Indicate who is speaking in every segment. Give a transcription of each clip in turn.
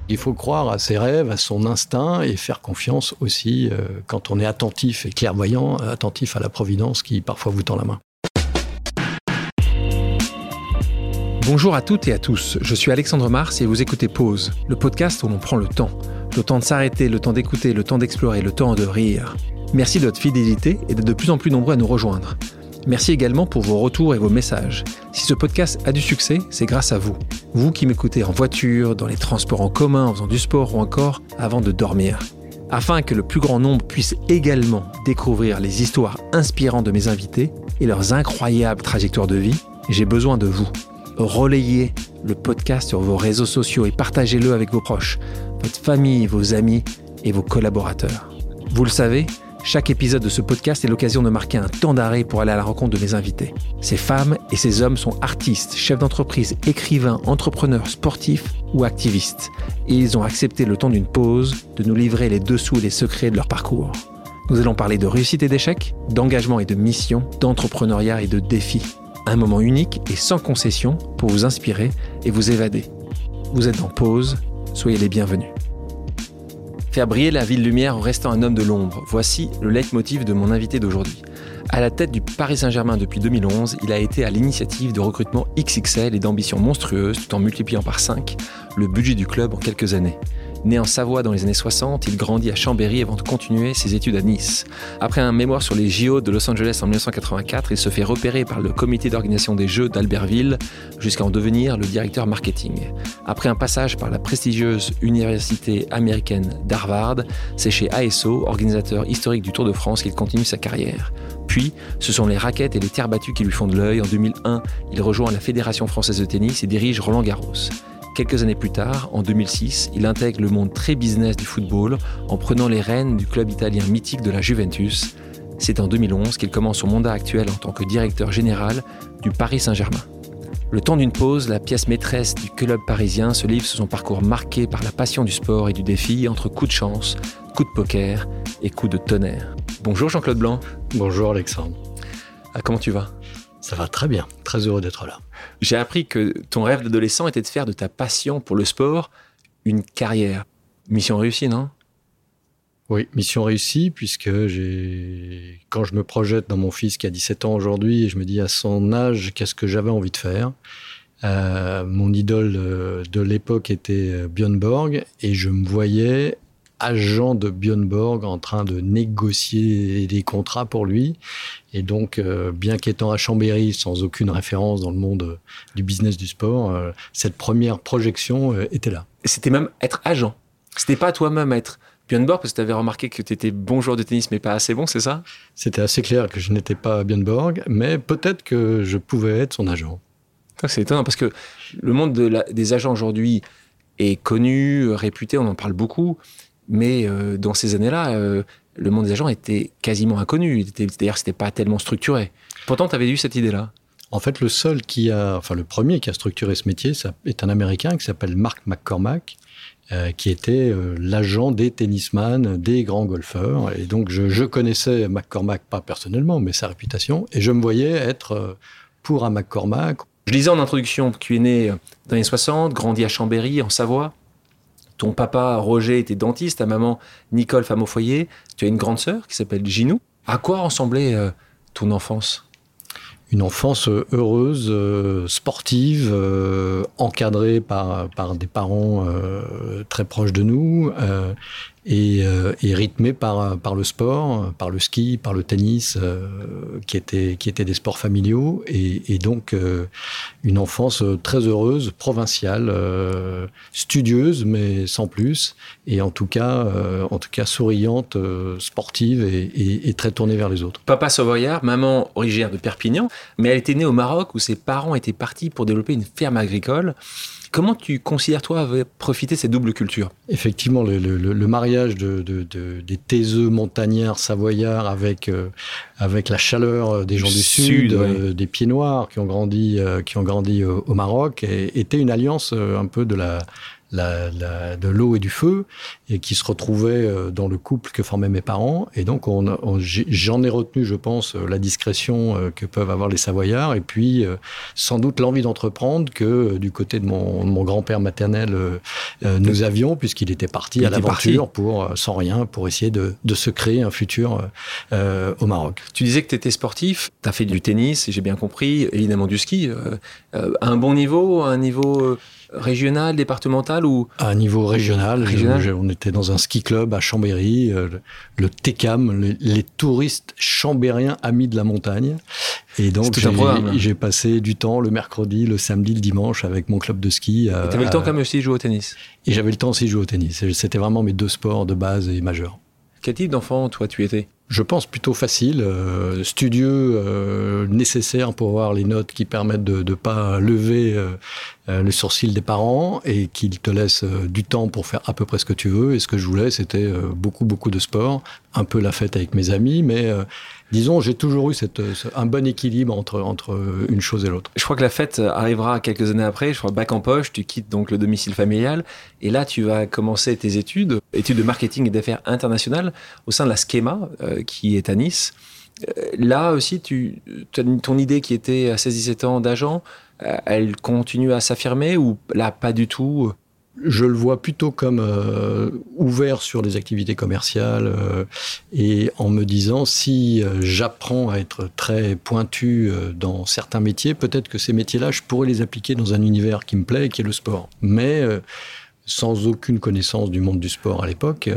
Speaker 1: Il faut croire à ses rêves, à son instinct et faire confiance aussi quand on est attentif et clairvoyant, attentif à la providence qui parfois vous tend la main.
Speaker 2: Bonjour à toutes et à tous, je suis Alexandre Mars et vous écoutez Pause, le podcast où l'on prend le temps. Le temps de s'arrêter, le temps d'écouter, le temps d'explorer, le temps de rire. Merci de votre fidélité et d'être de plus en plus nombreux à nous rejoindre. Merci également pour vos retours et vos messages. Si ce podcast a du succès, c'est grâce à vous. Vous qui m'écoutez en voiture, dans les transports en commun, en faisant du sport ou encore avant de dormir. Afin que le plus grand nombre puisse également découvrir les histoires inspirantes de mes invités et leurs incroyables trajectoires de vie, j'ai besoin de vous. Relayez le podcast sur vos réseaux sociaux et partagez-le avec vos proches, votre famille, vos amis et vos collaborateurs. Vous le savez, chaque épisode de ce podcast est l'occasion de marquer un temps d'arrêt pour aller à la rencontre de mes invités. Ces femmes et ces hommes sont artistes, chefs d'entreprise, écrivains, entrepreneurs, sportifs ou activistes. Et ils ont accepté le temps d'une pause de nous livrer les dessous et les secrets de leur parcours. Nous allons parler de réussite et d'échecs, d'engagement et de mission, d'entrepreneuriat et de défis. Un moment unique et sans concession pour vous inspirer et vous évader. Vous êtes en pause, soyez les bienvenus. Faire briller la ville lumière en restant un homme de l'ombre, voici le leitmotiv de mon invité d'aujourd'hui. À la tête du Paris Saint-Germain depuis 2011, il a été à l'initiative de recrutement XXL et d'ambitions monstrueuses tout en multipliant par 5 le budget du club en quelques années. Né en Savoie dans les années 60, il grandit à Chambéry avant de continuer ses études à Nice. Après un mémoire sur les JO de Los Angeles en 1984, il se fait repérer par le comité d'organisation des Jeux d'Albertville jusqu'à en devenir le directeur marketing. Après un passage par la prestigieuse université américaine d'Harvard, c'est chez ASO, organisateur historique du Tour de France, qu'il continue sa carrière. Puis, ce sont les raquettes et les terres battues qui lui font de l'œil. En 2001, il rejoint la Fédération française de tennis et dirige Roland-Garros. Quelques années plus tard, en 2006, il intègre le monde très business du football en prenant les rênes du club italien mythique de la Juventus. C'est en 2011 qu'il commence son mandat actuel en tant que directeur général du Paris Saint-Germain. Le temps d'une pause, la pièce maîtresse du club parisien se livre sur son parcours marqué par la passion du sport et du défi entre coups de chance, coups de poker et coups de tonnerre. Bonjour Jean-Claude Blanc.
Speaker 1: Bonjour Alexandre.
Speaker 2: Comment tu vas ?
Speaker 1: Ça va très bien, très heureux d'être là.
Speaker 2: J'ai appris que ton rêve d'adolescent était de faire de ta passion pour le sport une carrière. Mission réussie, non ?
Speaker 1: Oui, mission réussie, puisque quand je me projette dans mon fils qui a 17 ans aujourd'hui, et je me dis à son âge, qu'est-ce que j'avais envie de faire ? Mon idole de l'époque était Björn Borg, et je me voyais agent de Björn Borg en train de négocier des contrats pour lui. Et donc, bien qu'étant à Chambéry, sans aucune référence dans le monde du business du sport, cette première projection était là.
Speaker 2: C'était même être agent. C'était pas toi-même être Björn Borg, parce que tu avais remarqué que tu étais bon joueur de tennis, mais pas assez bon, c'est ça ?
Speaker 1: C'était assez clair que je n'étais pas Björn Borg, mais peut-être que je pouvais être son agent.
Speaker 2: C'est étonnant, parce que le monde des agents aujourd'hui est connu, réputé, on en parle beaucoup. Mais dans ces années-là, le monde des agents était quasiment inconnu. D'ailleurs, c'était pas tellement structuré. Pourtant, tu avais eu cette idée-là.
Speaker 1: En fait, le premier qui a structuré ce métier, ça est un Américain qui s'appelle Mark McCormack, qui était l'agent des tennisman, des grands golfeurs. Et donc, je connaissais McCormack, pas personnellement, mais sa réputation. Et je me voyais être pour un McCormack.
Speaker 2: Je lisais en introduction que tu es né dans les années 60, grandi à Chambéry, en Savoie. Ton papa, Roger, était dentiste, ta maman, Nicole, femme au foyer. Tu as une grande sœur qui s'appelle Ginou. À quoi ressemblait ton enfance ?
Speaker 1: Une enfance heureuse, sportive, encadrée par des parents très proches de nous et rythmée par le sport, par le ski, par le tennis, qui étaient des sports familiaux. Et donc, une enfance très heureuse, provinciale, studieuse, mais sans plus. Et en tout cas souriante, sportive et très tournée vers les autres.
Speaker 2: Papa savoyard, maman originaire de Perpignan, mais elle était née au Maroc où ses parents étaient partis pour développer une ferme agricole. Comment tu considères, toi, avoir profité de cette double culture ?
Speaker 1: Effectivement, le mariage des taiseux montagnards savoyards avec la chaleur des gens du Sud, ouais. Des pieds noirs qui ont grandi au Maroc, était une alliance un peu de de l'eau et du feu, et qui se retrouvaient dans le couple que formaient mes parents. Et donc, j'en ai retenu, je pense, la discrétion que peuvent avoir les Savoyards, et puis sans doute l'envie d'entreprendre que du côté de mon grand-père maternel, nous avions, puisqu'il était parti à l'aventure sans rien, pour essayer de se créer un futur au Maroc.
Speaker 2: Tu disais que tu étais sportif, tu as fait du tennis, et j'ai bien compris, évidemment du ski. À un bon niveau, à un niveau régional, départemental ou...
Speaker 1: À un niveau régional. On était dans un ski club à Chambéry, le TECAM, les touristes chambériens amis de la montagne. Et donc, j'ai passé du temps le mercredi, le samedi, le dimanche avec mon club de ski.
Speaker 2: Et tu avais le temps quand même aussi de jouer au tennis?
Speaker 1: Et j'avais le temps aussi de jouer au tennis. C'était vraiment mes deux sports de base et majeurs.
Speaker 2: Quel type d'enfant, toi, tu étais?
Speaker 1: Je pense plutôt facile, studieux, nécessaire pour avoir les notes qui permettent de ne pas lever le sourcil des parents et qu'ils te laissent du temps pour faire à peu près ce que tu veux. Et ce que je voulais, c'était beaucoup de sport, un peu la fête avec mes amis, mais disons, j'ai toujours eu un bon équilibre entre une chose et l'autre.
Speaker 2: Je crois que la fête arrivera quelques années après. Je crois bac en poche, tu quittes donc le domicile familial et là, tu vas commencer tes études de marketing et d'affaires internationales au sein de la Schema, qui est à Nice. Là aussi, ton idée qui était à 16-17 ans d'agent, elle continue à s'affirmer ou là, pas du tout?
Speaker 1: Je le vois plutôt comme ouvert sur les activités commerciales et en me disant si j'apprends à être très pointu dans certains métiers, peut-être que ces métiers-là, je pourrais les appliquer dans un univers qui me plaît, qui est le sport. Mais sans aucune connaissance du monde du sport à l'époque,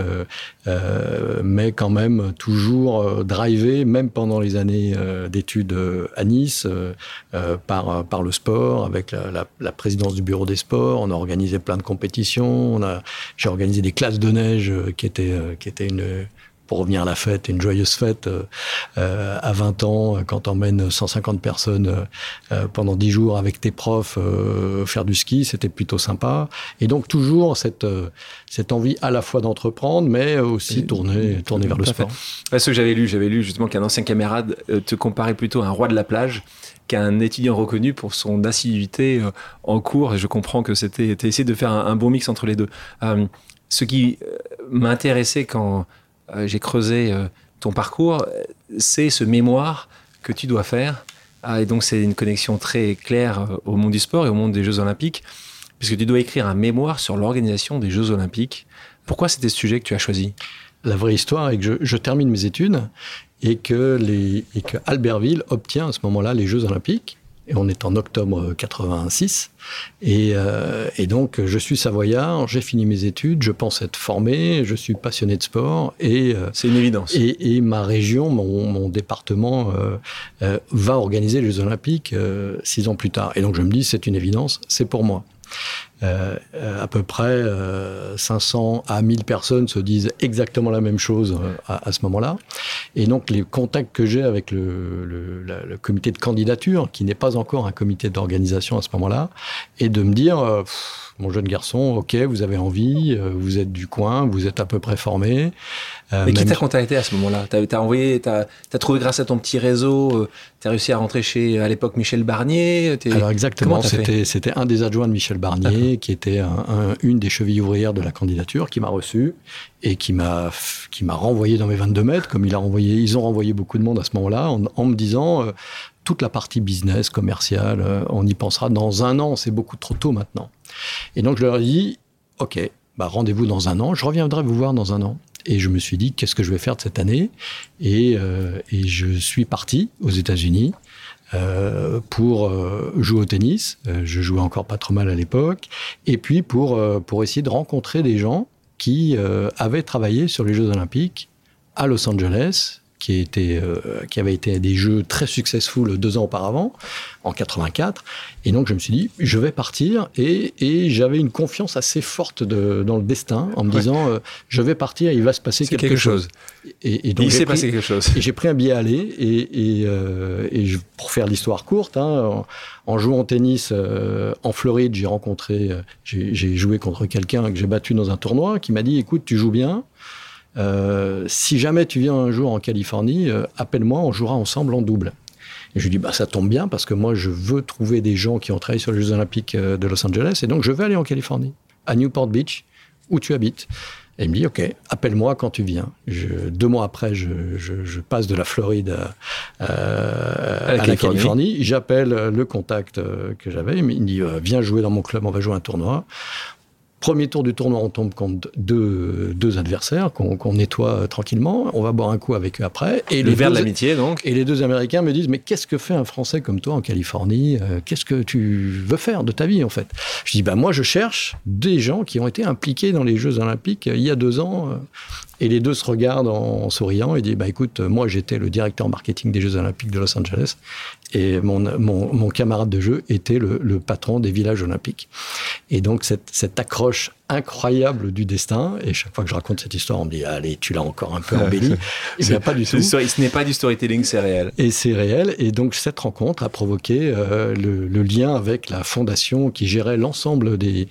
Speaker 1: mais quand même toujours drivé, même pendant les années d'études à Nice, par le sport, avec la présidence du bureau des sports. On a organisé plein de compétitions. J'ai organisé des classes de neige qui étaient pour revenir à la fête, une joyeuse fête à 20 ans, quand t'emmènes 150 personnes pendant 10 jours avec tes profs faire du ski, c'était plutôt sympa. Et donc toujours cette envie à la fois d'entreprendre, mais aussi tourner vers le sport.
Speaker 2: Ce que j'avais lu justement qu'un ancien camarade te comparait plutôt à un roi de la plage qu'un étudiant reconnu pour son assiduité en cours. Et je comprends que t'as essayé de faire un bon mix entre les deux. Ce qui m'intéressait quand j'ai creusé ton parcours, c'est ce mémoire que tu dois faire. Et donc, c'est une connexion très claire au monde du sport et au monde des Jeux Olympiques, puisque tu dois écrire un mémoire sur l'organisation des Jeux Olympiques. Pourquoi c'était ce sujet que tu as choisi?
Speaker 1: La vraie histoire est que je termine mes études et que Albertville obtient à ce moment-là les Jeux Olympiques. Et on est en octobre 86. Et donc, je suis savoyard, j'ai fini mes études, je pense être formé, je suis passionné de sport.
Speaker 2: C'est une évidence.
Speaker 1: Et ma région, mon département, va organiser les Jeux Olympiques 6 ans plus tard. Et donc, je me dis, c'est une évidence, c'est pour moi. À peu près 500 à 1000 personnes se disent exactement la même chose à ce moment-là. Et donc, les contacts que j'ai avec le comité de candidature, qui n'est pas encore un comité d'organisation à ce moment-là, et de me dire, mon jeune garçon, ok, vous avez envie, vous êtes du coin, vous êtes à peu près formé.
Speaker 2: Mais qui t'a contacté à ce moment-là? T'as trouvé grâce à ton petit réseau, t'as réussi à rentrer chez, à l'époque, Michel Barnier?
Speaker 1: Alors exactement, c'était un des adjoints de Michel Barnier, qui était une des chevilles ouvrières de la candidature, qui m'a reçu et qui m'a renvoyé dans mes 22 mètres, comme ils ont renvoyé beaucoup de monde à ce moment-là, en me disant toute la partie business, commerciale, on y pensera dans 1 an, c'est beaucoup trop tôt maintenant. Et donc je leur ai dit, ok, rendez-vous dans 1 an, je reviendrai vous voir dans 1 an. Et je me suis dit, qu'est-ce que je vais faire de cette année? Et je suis parti aux États-Unis pour jouer au tennis. Je jouais encore pas trop mal à l'époque. Et puis pour essayer de rencontrer des gens qui avaient travaillé sur les Jeux Olympiques à Los Angeles, qui avait été des jeux très successful 2 ans auparavant, en 84. Et donc, je me suis dit, je vais partir. Et j'avais une confiance assez forte dans le destin, en me disant, je vais partir, il va se passer quelque chose. Et donc,
Speaker 2: il s'est passé quelque chose.
Speaker 1: Et j'ai pris un billet à aller. Pour faire l'histoire courte, en jouant au tennis en Floride, j'ai joué contre quelqu'un que j'ai battu dans un tournoi, qui m'a dit, écoute, tu joues bien. Si jamais tu viens un jour en Californie, appelle-moi, on jouera ensemble en double. Et je lui dis, ça tombe bien parce que moi, je veux trouver des gens qui ont travaillé sur les Jeux Olympiques de Los Angeles et donc je vais aller en Californie. à Newport Beach, où tu habites. Et il me dit, OK, appelle-moi quand tu viens. 2 mois après, je passe de la Floride à la Californie. J'appelle le contact que j'avais. Il me dit, viens jouer dans mon club, on va jouer un tournoi. Premier tour du tournoi, on tombe contre deux adversaires qu'on nettoie tranquillement. On va boire un coup avec eux après. Et
Speaker 2: le verre de l'amitié, donc.
Speaker 1: Et les 2 Américains me disent, mais qu'est-ce que fait un Français comme toi en Californie ? Qu'est-ce que tu veux faire de ta vie, en fait ? Je dis, moi, je cherche des gens qui ont été impliqués dans les Jeux Olympiques il y a 2 ans. Et les 2 se regardent en souriant et disent, écoute, moi, j'étais le directeur marketing des Jeux Olympiques de Los Angeles. Et mon camarade de jeu était le patron des villages olympiques. Et donc, cette accroche incroyable du destin, et chaque fois que je raconte cette histoire, on me dit, allez, tu l'as encore un peu embellie. Et bien, pas du tout.
Speaker 2: Ce n'est pas du storytelling, c'est réel.
Speaker 1: Et c'est réel. Et donc, cette rencontre a provoqué le lien avec la fondation qui gérait l'ensemble des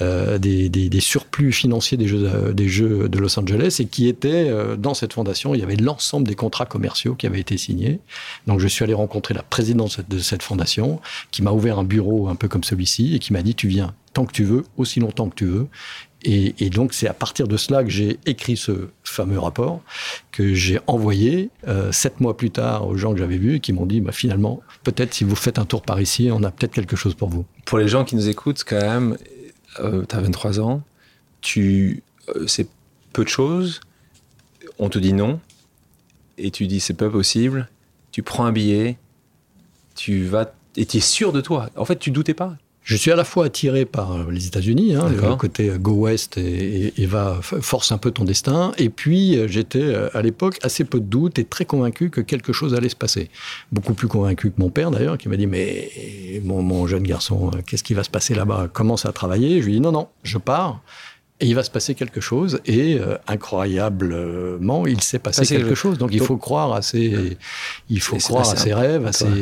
Speaker 1: surplus financiers des Jeux de Los Angeles, et qui était dans cette fondation, il y avait l'ensemble des contrats commerciaux qui avaient été signés. Donc, je suis allé rencontrer la présidente de cette fondation, qui m'a ouvert un bureau un peu comme celui-ci, et qui m'a dit, tu viens tant que tu veux, aussi longtemps que tu veux. Et donc, c'est à partir de cela que j'ai écrit ce fameux rapport, que j'ai envoyé 7 mois plus tard aux gens que j'avais vus, et qui m'ont dit, finalement, peut-être si vous faites un tour par ici, on a peut-être quelque chose pour vous.
Speaker 2: Pour les gens qui nous écoutent, quand même, tu as 23 ans, c'est peu de choses, on te dit non, et tu dis, c'est pas possible, tu prends un billet, tu vas, et tu es sûr de toi. En fait, tu doutais pas.
Speaker 1: Je suis à la fois attiré par les États-Unis, le côté go west et force un peu ton destin. Et puis, j'étais à l'époque assez peu de doute et très convaincu que quelque chose allait se passer. Beaucoup plus convaincu que mon père d'ailleurs, qui m'a dit, mais mon jeune garçon, qu'est-ce qui va se passer là-bas ? Commence à travailler. Je lui ai dit, non, je pars. Et il va se passer quelque chose, et incroyablement, il s'est passé quelque chose. Donc, il faut croire à ses rêves,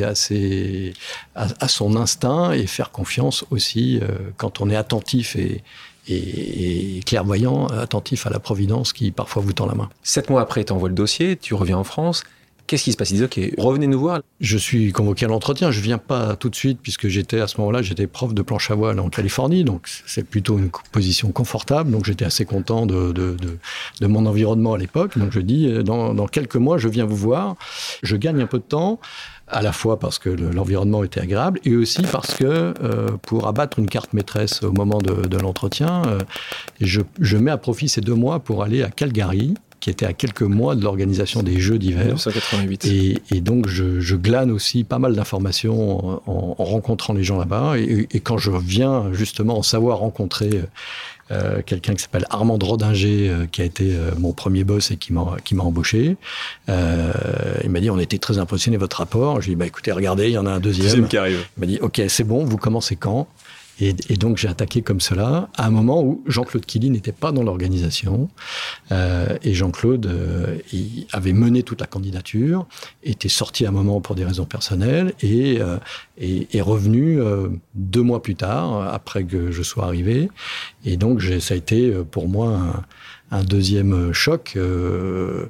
Speaker 1: à son instinct, et faire confiance aussi quand on est attentif et clairvoyant, attentif à la providence qui parfois vous tend la main.
Speaker 2: 7 mois après, tu envoies le dossier, tu reviens en France. Qu'est-ce qui se passe ? Ils disent, OK, revenez nous voir.
Speaker 1: Je suis convoqué à l'entretien. Je ne viens pas tout de suite, puisque à ce moment-là, j'étais prof de planche à voile en Californie. Donc, c'est plutôt une position confortable. Donc, j'étais assez content de mon environnement à l'époque. Donc, je dis, dans quelques mois, je viens vous voir. Je gagne un peu de temps, à la fois parce que l'environnement était agréable, et aussi parce que pour abattre une carte maîtresse au moment de l'entretien, je mets à profit ces 2 mois pour aller à Calgary, qui était à quelques mois de l'organisation des Jeux d'hiver.
Speaker 2: 1988.
Speaker 1: Et donc, je glane aussi pas mal d'informations en rencontrant les gens là-bas. Et quand je viens justement en savoir rencontrer quelqu'un qui s'appelle Armand Rodinger, qui a été mon premier boss et qui m'a embauché, il m'a dit, on était très impressionnés de votre rapport. Je lui ai dit, écoutez, regardez, il y en a un deuxième
Speaker 2: qui arrive.
Speaker 1: Il m'a dit, OK, c'est bon, vous commencez quand ? Et donc, j'ai attaqué comme cela, à un moment où Jean-Claude Killy n'était pas dans l'organisation. Et Jean-Claude il avait mené toute la candidature, était sorti à un moment pour des raisons personnelles, et est revenu 2 mois plus tard, après que je sois arrivé. Et donc, ça a été pour moi un deuxième choc de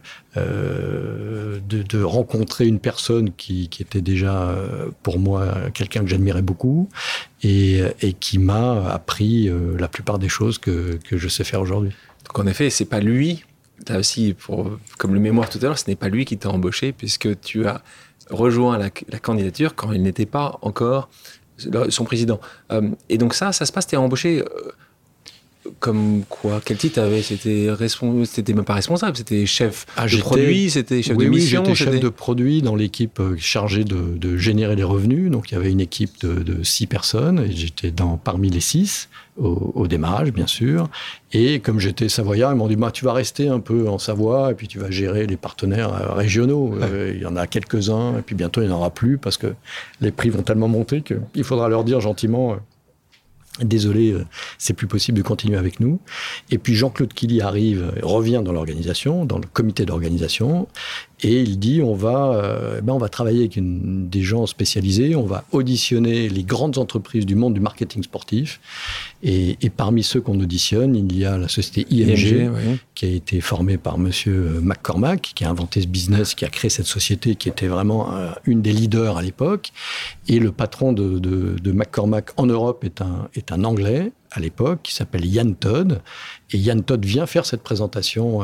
Speaker 1: rencontrer une personne qui était déjà pour moi quelqu'un que j'admirais beaucoup et qui m'a appris la plupart des choses que je sais faire aujourd'hui.
Speaker 2: Donc en effet, c'est pas lui, là aussi, comme le mémoire tout à l'heure, ce n'est pas lui qui t'a embauché, puisque tu as rejoint la candidature quand il n'était pas encore son président. Et donc ça se passe, t'es embauché... Comme quoi ? Quel titre t'avais ? C'était même pas responsable, c'était chef de produit, c'était chef de mission.
Speaker 1: Oui, j'étais chef de produit dans l'équipe chargée de générer les revenus. Donc il y avait une équipe de 6 personnes, et j'étais parmi les 6 au démarrage, bien sûr. Et comme j'étais savoyard, ils m'ont dit, tu vas rester un peu en Savoie, et puis tu vas gérer les partenaires régionaux. Il y en a quelques-uns, et puis bientôt il n'y en aura plus, parce que les prix vont tellement monter qu'il faudra leur dire gentiment... Désolé, c'est plus possible de continuer avec nous. Et puis Jean-Claude Killy revient dans l'organisation, dans le comité d'organisation, et il dit on va travailler avec des gens spécialisés, on va auditionner les grandes entreprises du monde du marketing sportif, et parmi ceux qu'on auditionne, il y a la société IMG, oui, qui a été formée par monsieur McCormack, qui a inventé ce business, qui a créé cette société, qui était vraiment une des leaders à l'époque, et le patron de McCormack en Europe est un Anglais, à l'époque, qui s'appelle Yann Todd. Et Yann Todd vient faire cette présentation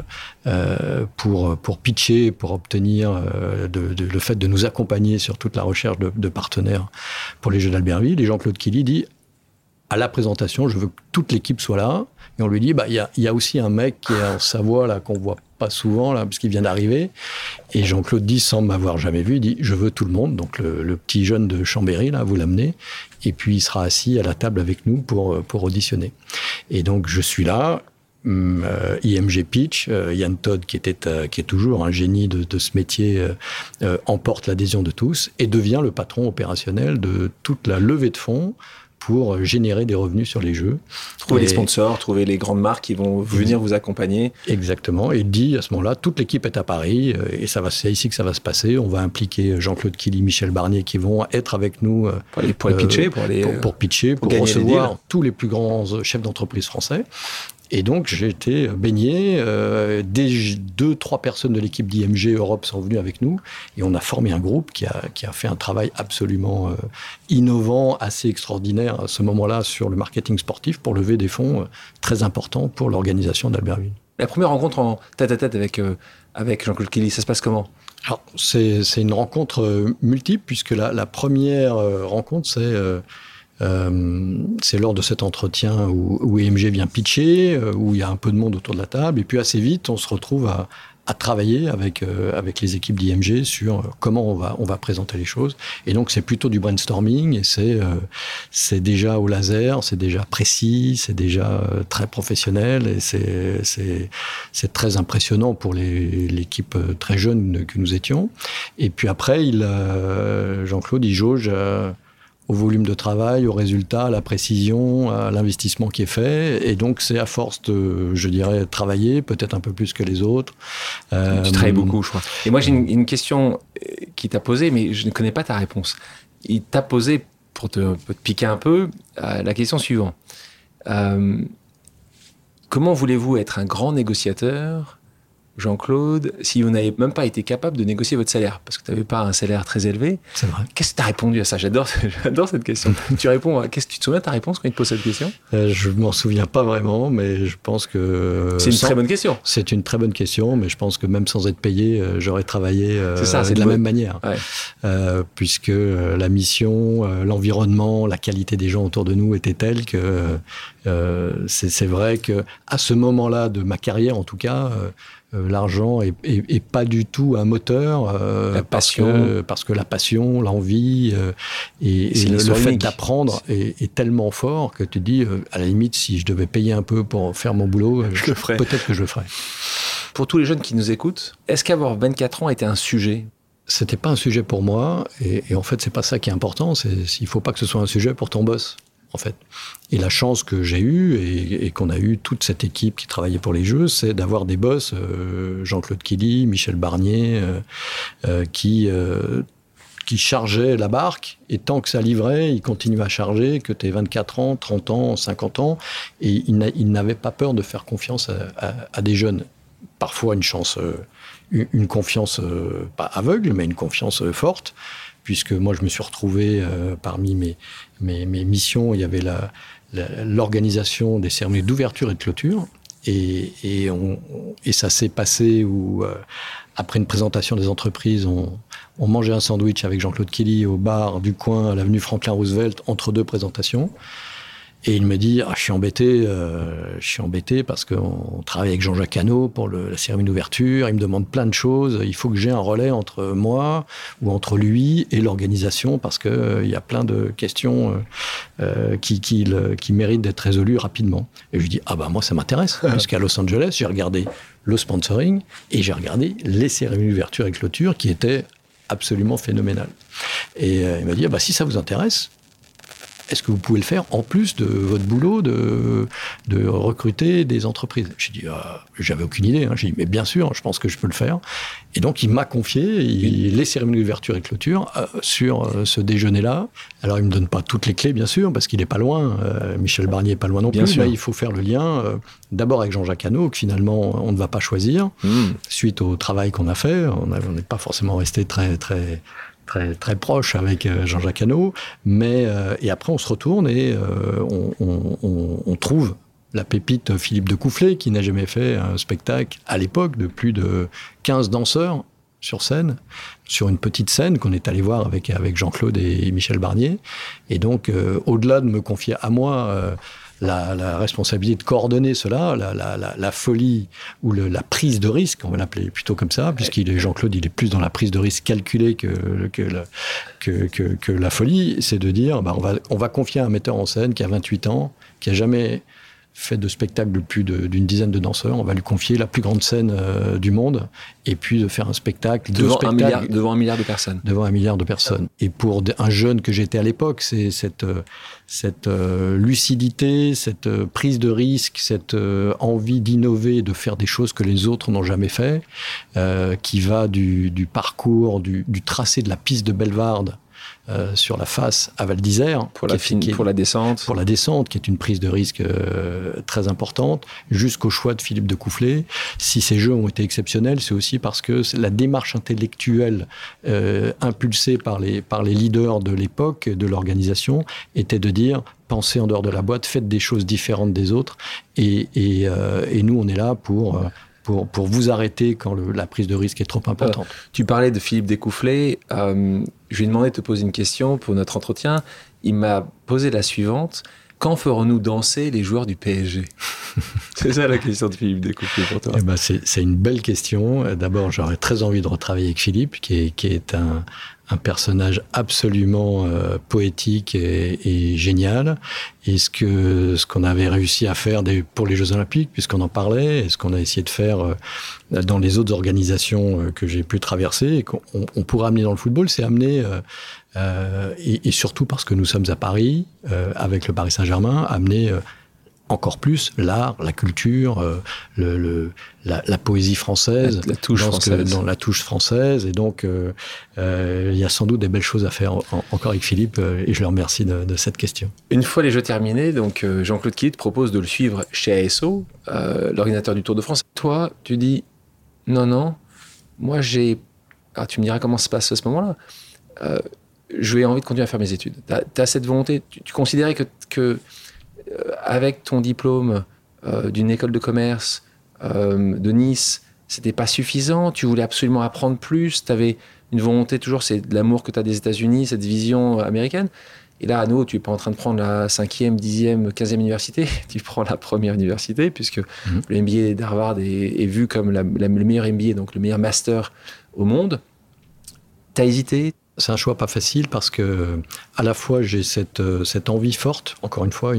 Speaker 1: pour pitcher, pour obtenir le fait de nous accompagner sur toute la recherche de partenaires pour les Jeux d'Albertville. Et Jean-Claude Killy dit, à la présentation, je veux que toute l'équipe soit là. Et on lui dit, il y a aussi un mec qui est en Savoie, là, qu'on voit pas souvent, là, parce qu'il vient d'arriver. Et Jean-Claude dit, sans m'avoir jamais vu, il dit, je veux tout le monde. Donc, le petit jeune de Chambéry, là, vous l'amenez. Et puis, il sera assis à la table avec nous pour auditionner. Et donc, je suis là. IMG Pitch, Yann Todd, qui est toujours un génie de ce métier, emporte l'adhésion de tous et devient le patron opérationnel de toute la levée de fonds pour générer des revenus sur les jeux.
Speaker 2: Trouver les sponsors, trouver les grandes marques qui vont venir vous accompagner.
Speaker 1: Exactement. Et il dit, à ce moment-là, toute l'équipe est à Paris et c'est ici que ça va se passer. On va impliquer Jean-Claude Killy, Michel Barnier qui vont être avec nous
Speaker 2: pour pitcher,
Speaker 1: pour pitcher, pour recevoir tous les plus grands chefs d'entreprise français. Et donc, j'ai été baigné. 2-3 personnes de l'équipe d'IMG Europe sont venues avec nous. Et on a formé un groupe qui a fait un travail absolument innovant, assez extraordinaire à ce moment-là sur le marketing sportif pour lever des fonds très importants pour l'organisation d'Albertville.
Speaker 2: La première rencontre en tête-à-tête avec Jean-Claude Killy, ça se passe comment ?
Speaker 1: Alors, c'est une rencontre multiple, puisque la première rencontre, c'est lors de cet entretien où IMG vient pitcher, où il y a un peu de monde autour de la table, et puis assez vite, on se retrouve à travailler avec les équipes d'IMG sur comment on va présenter les choses. Et donc, c'est plutôt du brainstorming, et c'est déjà au laser, c'est déjà précis, c'est déjà très professionnel, et c'est très impressionnant pour l'équipe très jeune que nous étions. Et puis après, Jean-Claude, il jauge au volume de travail, au résultat, à la précision, à l'investissement qui est fait. Et donc, c'est à force de, je dirais, travailler, peut-être un peu plus que les autres.
Speaker 2: Tu travailles beaucoup, je crois. Et moi, j'ai une question qui t'a posée, mais je ne connais pas ta réponse. Il t'a posé, pour te piquer un peu, la question suivante. Comment voulez-vous être un grand négociateur, Jean-Claude, si vous n'avez même pas été capable de négocier votre salaire, parce que tu n'avais pas un salaire très élevé?
Speaker 1: C'est vrai.
Speaker 2: Qu'est-ce que tu as répondu à ça? J'adore cette question. Tu réponds tu te souviens de ta réponse quand il te pose cette question? Je
Speaker 1: m'en souviens pas vraiment, mais je pense que...
Speaker 2: C'est une très bonne question.
Speaker 1: C'est une très bonne question, mais je pense que même sans être payé, j'aurais travaillé de la même manière. Ouais. Puisque la mission, l'environnement, la qualité des gens autour de nous était telle que c'est vrai qu'à ce moment-là de ma carrière, en tout cas... l'argent est pas du tout un moteur parce que la passion, l'envie et le fait d'apprendre est tellement fort que tu te dis à la limite si je devais payer un peu pour faire mon boulot, peut-être que je le ferais.
Speaker 2: Pour tous les jeunes qui nous écoutent, est-ce qu'avoir 24 ans était un sujet?
Speaker 1: C'était pas un sujet pour moi et en fait c'est pas ça qui est important, il faut pas que ce soit un sujet pour ton boss. En fait. Et la chance que j'ai eue et qu'on a eu toute cette équipe qui travaillait pour les Jeux, c'est d'avoir des boss, Jean-Claude Killy, Michel Barnier, qui chargeaient la barque. Et tant que ça livrait, ils continuaient à charger, que tu aies 24 ans, 30 ans, 50 ans. Et ils n'avaient pas peur de faire confiance à des jeunes. Parfois une confiance, pas aveugle, mais une confiance forte. Puisque moi, je me suis retrouvé parmi mes missions, il y avait l'organisation des cérémonies d'ouverture et de clôture. Et ça s'est passé où, après une présentation des entreprises, on mangeait un sandwich avec Jean-Claude Killy au bar du coin à l'avenue Franklin Roosevelt entre deux présentations. Et il me dit, je suis embêté parce qu'on travaille avec Jean-Jacques Hano pour la cérémonie d'ouverture. Il me demande plein de choses. Il faut que j'ai un relais entre moi ou entre lui et l'organisation parce qu'il y a plein de questions qui méritent d'être résolues rapidement. Et je lui dis, moi ça m'intéresse. Puisqu'à Los Angeles, j'ai regardé le sponsoring et j'ai regardé les cérémonies d'ouverture et clôture qui étaient absolument phénoménales. Et il m'a dit, si ça vous intéresse, est-ce que vous pouvez le faire en plus de votre boulot de recruter des entreprises? J'ai dit, j'avais aucune idée. J'ai dit, mais bien sûr, je pense que je peux le faire. Et donc, il m'a confié les cérémonies d'ouverture et clôture sur ce déjeuner-là. Alors, il ne me donne pas toutes les clés, bien sûr, parce qu'il n'est pas loin. Michel Barnier n'est pas loin non plus. Mais il faut faire le lien d'abord avec Jean-Jacques Hano, que finalement, on ne va pas choisir. Suite au travail qu'on a fait, on n'est pas forcément resté très, très très, très proche avec Jean-Jacques Hano. Mais, et après, on se retourne et on trouve la pépite Philippe de Coufflet, qui n'a jamais fait un spectacle à l'époque de plus de 15 danseurs sur scène, sur une petite scène qu'on est allé voir avec Jean-Claude et Michel Barnier. Et donc, au-delà de me confier à moi la responsabilité de coordonner cela, la folie ou la prise de risque, on va l'appeler plutôt comme ça, Jean-Claude, il est plus dans la prise de risque calculée que la folie, c'est de dire, on va confier à un metteur en scène qui a 28 ans, qui a jamais fait de spectacle de plus d'une dizaine de danseurs, on va lui confier la plus grande scène du monde, et puis de faire un spectacle
Speaker 2: devant 1 milliard de personnes.
Speaker 1: Devant 1 milliard de personnes. Et pour un jeune que j'étais à l'époque, c'est cette lucidité, cette prise de risque, cette envie d'innover, de faire des choses que les autres n'ont jamais fait, qui va du parcours, du tracé de la piste de Bellevarde, sur la face à Val d'Isère
Speaker 2: pour la descente,
Speaker 1: qui est une prise de risque très importante, jusqu'au choix de Philippe de Coufflet. Si ces jeux ont été exceptionnels, c'est aussi parce que la démarche intellectuelle impulsée par les leaders de l'époque, de l'organisation, était de dire: pensez en dehors de la boîte, faites des choses différentes des autres, et nous on est là pour vous arrêter quand la prise de risque est trop importante.
Speaker 2: Tu parlais de Philippe Descoufflets. Je lui ai demandé de te poser une question pour notre entretien. Il m'a posé la suivante. Quand ferons-nous danser les joueurs du PSG? C'est ça la question de Philippe Descoufflets pour toi.
Speaker 1: C'est une belle question. D'abord, j'aurais très envie de retravailler avec Philippe, qui est un personnage absolument poétique et génial. Et ce qu'on avait réussi à faire pour les Jeux Olympiques, puisqu'on en parlait, et ce qu'on a essayé de faire dans les autres organisations que j'ai pu traverser, et qu'on pourrait amener dans le football, c'est amener, et surtout parce que nous sommes à Paris, avec le Paris Saint-Germain, amener encore plus l'art, la culture, la poésie française,
Speaker 2: la touche française.
Speaker 1: Et donc, il y a sans doute des belles choses à faire encore avec Philippe, et je le remercie de cette question.
Speaker 2: Une fois les Jeux terminés, donc Jean-Claude Killy te propose de le suivre chez ASO, l'organisateur du Tour de France. Toi, tu dis non, moi tu me diras comment ça se passe à ce moment-là. J'ai envie de continuer à faire mes études. Tu as cette volonté, tu considérais que avec ton diplôme d'une école de commerce de Nice, c'était pas suffisant, tu voulais absolument apprendre plus, tu avais une volonté toujours, c'est de l'amour que tu as des États-Unis, cette vision américaine. Et là, à nouveau, tu n'es pas en train de prendre la 5e, 10e, 15e université, tu prends la première université, puisque le MBA d'Harvard est vu comme le meilleur MBA, donc le meilleur master au monde. Tu as hésité?
Speaker 1: C'est un choix pas facile parce que, à la fois, j'ai cette envie forte, encore une fois,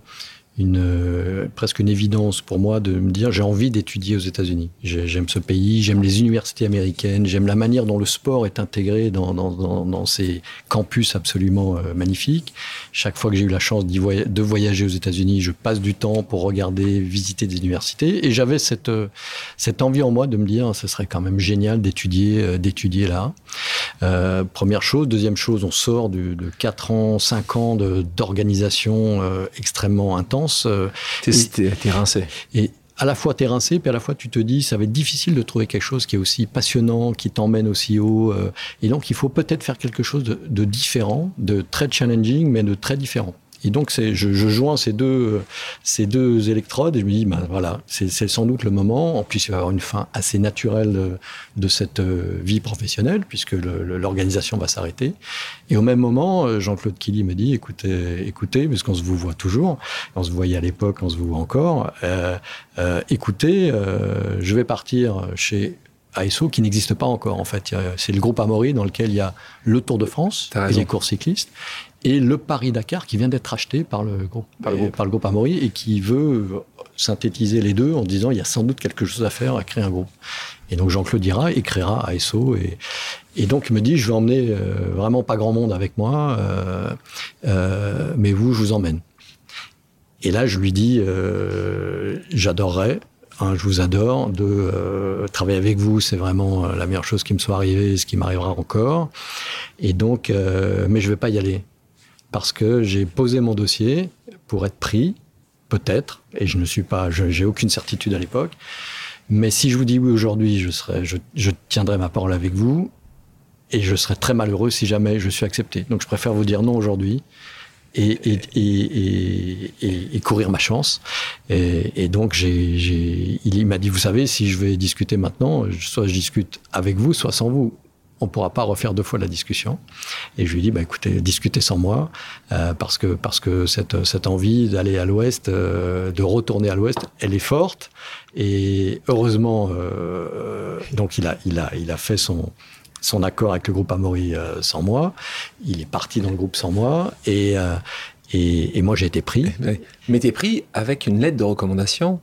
Speaker 1: presque une évidence pour moi de me dire j'ai envie d'étudier aux États-Unis. J'aime ce pays, j'aime les universités américaines, j'aime la manière dont le sport est intégré dans ces campus absolument magnifiques. Chaque fois que j'ai eu la chance de voyager aux États-Unis, je passe du temps pour regarder, visiter des universités, et j'avais cette envie en moi de me dire ce serait quand même génial d'étudier là. Première chose. Deuxième chose, on sort de 4 ans, 5 ans d'organisation extrêmement intense.
Speaker 2: T'es rincé.
Speaker 1: Et à la fois t'es rincé, puis à la fois tu te dis ça va être difficile de trouver quelque chose qui est aussi passionnant, qui t'emmène aussi haut. Et donc il faut peut-être faire quelque chose de différent, de très challenging, mais de très différent. Et donc je joins ces deux électrodes et je me dis voilà, c'est sans doute le moment. En plus, il va y avoir une fin assez naturelle de cette vie professionnelle puisque l'organisation va s'arrêter. Et au même moment, Jean-Claude Killy me dit écoutez, puisqu'on se vous voit toujours, on se voyait à l'époque, on se vous voit encore. Écoutez, je vais partir chez ASO qui n'existe pas encore en fait. C'est le groupe Amaury dans lequel il y a le Tour de France et les courses cyclistes. Et le Paris-Dakar qui vient d'être acheté par le groupe Amaury et qui veut synthétiser les deux en disant il y a sans doute quelque chose à faire, à créer un groupe. Et donc Jean-Claude Dira créera ASO et donc il me dit je vais emmener vraiment pas grand monde avec moi, mais je vous emmène. Et là je lui dis j'adorerais, je vous adore, de travailler avec vous, c'est vraiment la meilleure chose qui me soit arrivée et ce qui m'arrivera encore. Et donc, mais je vais pas y aller. Parce que j'ai posé mon dossier pour être pris, peut-être, et j'ai aucune certitude à l'époque. Mais si je vous dis oui aujourd'hui, je tiendrai ma parole avec vous. et je serais très malheureux si jamais je suis accepté. Donc je préfère vous dire non aujourd'hui et courir ma chance. Et donc il m'a dit, vous savez, si je vais discuter maintenant, soit je discute avec vous, soit sans vous. On ne pourra pas refaire 2 fois la discussion. Et je lui ai dit, écoutez, discutez sans moi, parce que cette envie d'aller à l'Ouest, de retourner à l'Ouest, elle est forte. Et heureusement, donc il a fait son accord avec le groupe Amaury sans moi. Il est parti dans le groupe sans moi. Et moi, j'ai été pris.
Speaker 2: Mais t'es pris avec une lettre de recommandation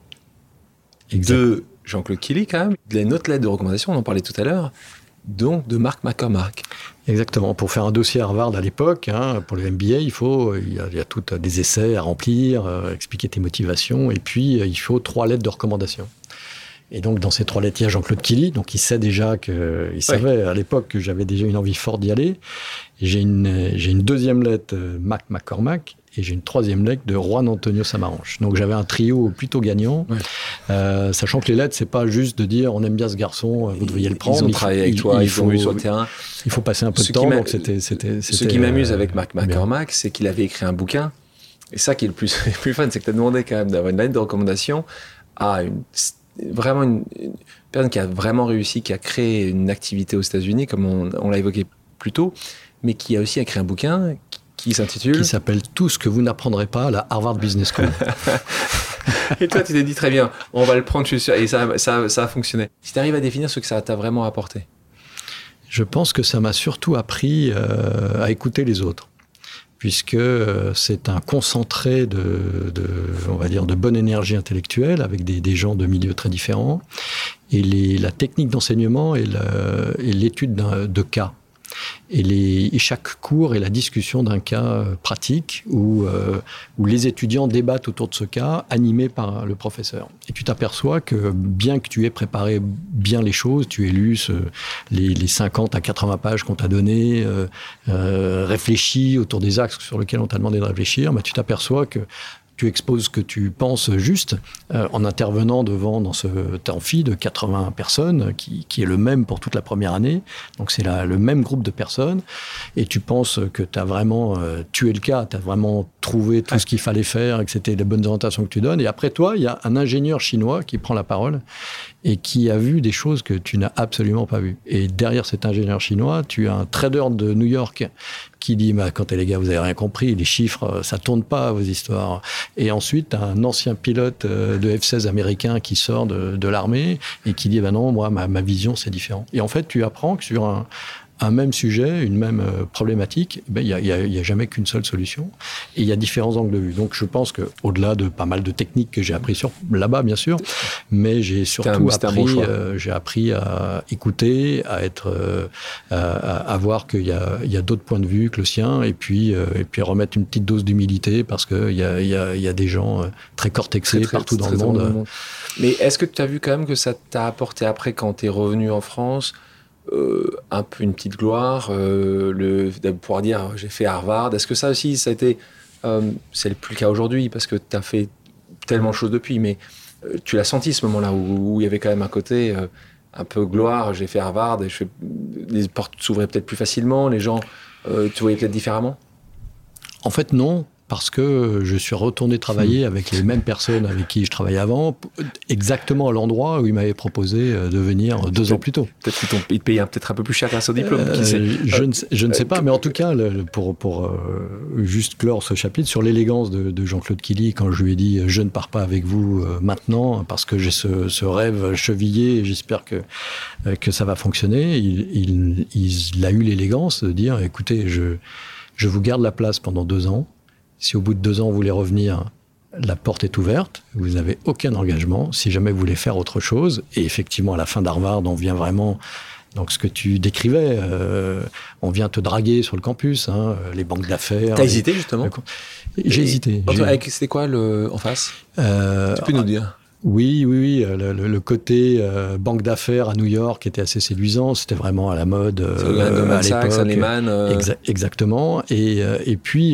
Speaker 2: de Jean-Claude Killy, quand même. Une autre lettre de recommandation, on en parlait tout à l'heure, donc de Mark McCormack.
Speaker 1: Exactement. Pour faire un dossier Harvard à l'époque, pour le MBA, il y a tout des essais à remplir, expliquer tes motivations, et puis il faut 3 lettres de recommandation. Et donc, dans ces 3 lettres, il y a Jean-Claude Killy, donc il sait déjà il savait à l'époque que j'avais déjà une envie forte d'y aller. Et j'ai une deuxième lettre, Mark McCormack, et j'ai une 3e lettre de Juan Antonio Samaranch. Donc j'avais un trio plutôt gagnant, sachant que les lettres, c'est pas juste de dire on aime bien ce garçon, vous devriez le prendre.
Speaker 2: Ils ont travaillé avec toi, ils ont eu sur le terrain.
Speaker 1: Il faut passer un peu de temps. Donc
Speaker 2: ce qui m'amuse avec Mark McCormack, c'est qu'il avait écrit un bouquin. Et ça qui est le plus fun, c'est que tu as demandé quand même d'avoir une lettre de recommandation à une personne qui a vraiment réussi, qui a créé une activité aux États-Unis, comme on l'a évoqué plus tôt, mais qui a aussi écrit un bouquin qui
Speaker 1: s'appelle Tout ce que vous n'apprendrez pas à la Harvard Business School.
Speaker 2: Et toi, tu t'es dit très bien, on va le prendre, je suis sûr, et ça a fonctionné. Si tu arrives à définir ce que ça t'a vraiment apporté.
Speaker 1: Je pense que ça m'a surtout appris à écouter les autres, puisque c'est un concentré on va dire, de bonne énergie intellectuelle avec des gens de milieux très différents, et la technique d'enseignement et l'étude de cas. Et chaque cours est la discussion d'un cas pratique où les étudiants débattent autour de ce cas, animés par le professeur. Et tu t'aperçois que bien que tu aies préparé bien les choses, tu aies lu les 50 à 80 pages qu'on t'a données, réfléchi autour des axes sur lesquels on t'a demandé de réfléchir, tu t'aperçois que tu exposes ce que tu penses juste en intervenant dans ce amphi de 80 personnes qui est le même pour toute la première année. Donc c'est le même groupe de personnes et tu penses que tu as vraiment tué le cas, tu as vraiment trouvé tout ce qu'il fallait faire et que c'était les bonnes orientations que tu donnes. Et après toi, il y a un ingénieur chinois qui prend la parole et qui a vu des choses que tu n'as absolument pas vues. Et derrière cet ingénieur chinois, tu as un trader de New York qui dit quand les gars, vous avez rien compris, les chiffres, ça tourne pas, vos histoires. Et ensuite, un ancien pilote de F-16 américain qui sort de l'armée et qui dit non, moi, ma vision, c'est différent. Et en fait, tu apprends que sur un même sujet, une même problématique, il y a jamais qu'une seule solution. Et il y a différents angles de vue. Donc, je pense que au-delà de pas mal de techniques que j'ai appris là-bas, bien sûr, mais j'ai surtout appris à écouter, à voir qu'il y a d'autres points de vue que le sien, et puis remettre une petite dose d'humilité parce qu'il y a des gens très cortexés partout dans le monde.
Speaker 2: Mais est-ce que tu as vu quand même que ça t'a apporté après, quand tu es revenu en France, un peu une petite gloire, de pouvoir dire j'ai fait Harvard? Est-ce que ça aussi, ça a été, c'est plus le cas aujourd'hui parce que tu as fait tellement de choses depuis, mais tu l'as senti ce moment-là où il y avait quand même un côté un peu gloire, j'ai fait Harvard et les portes s'ouvraient peut-être plus facilement, les gens tu voyais peut-être différemment?
Speaker 1: En fait non, parce que je suis retourné travailler avec les mêmes personnes avec qui je travaillais avant, exactement à l'endroit où ils m'avaient proposé de venir 2 ans plus tôt.
Speaker 2: Peut-être qu'ils te payaient peut-être un peu plus cher grâce au diplôme. Qui sait.
Speaker 1: Je ne sais pas, mais en tout cas, pour juste clore ce chapitre, sur l'élégance de Jean-Claude Killy, quand je lui ai dit « je ne pars pas avec vous maintenant, parce que j'ai ce rêve chevillé et j'espère que ça va fonctionner », il a eu l'élégance de dire « écoutez, je vous garde la place pendant 2 ans. Si au bout de 2 ans, vous voulez revenir, la porte est ouverte. Vous n'avez aucun engagement. Si jamais vous voulez faire autre chose, et effectivement, à la fin d'Harvard, on vient vraiment... Donc, ce que tu décrivais, on vient te draguer sur le campus, les banques d'affaires...
Speaker 2: T'as hésité, justement?
Speaker 1: J'ai hésité.
Speaker 2: C'était quoi en face? Tu peux nous dire?
Speaker 1: Oui. Le côté banque d'affaires à New York était assez séduisant. C'était vraiment à la mode à l'époque. Exactement. Et puis,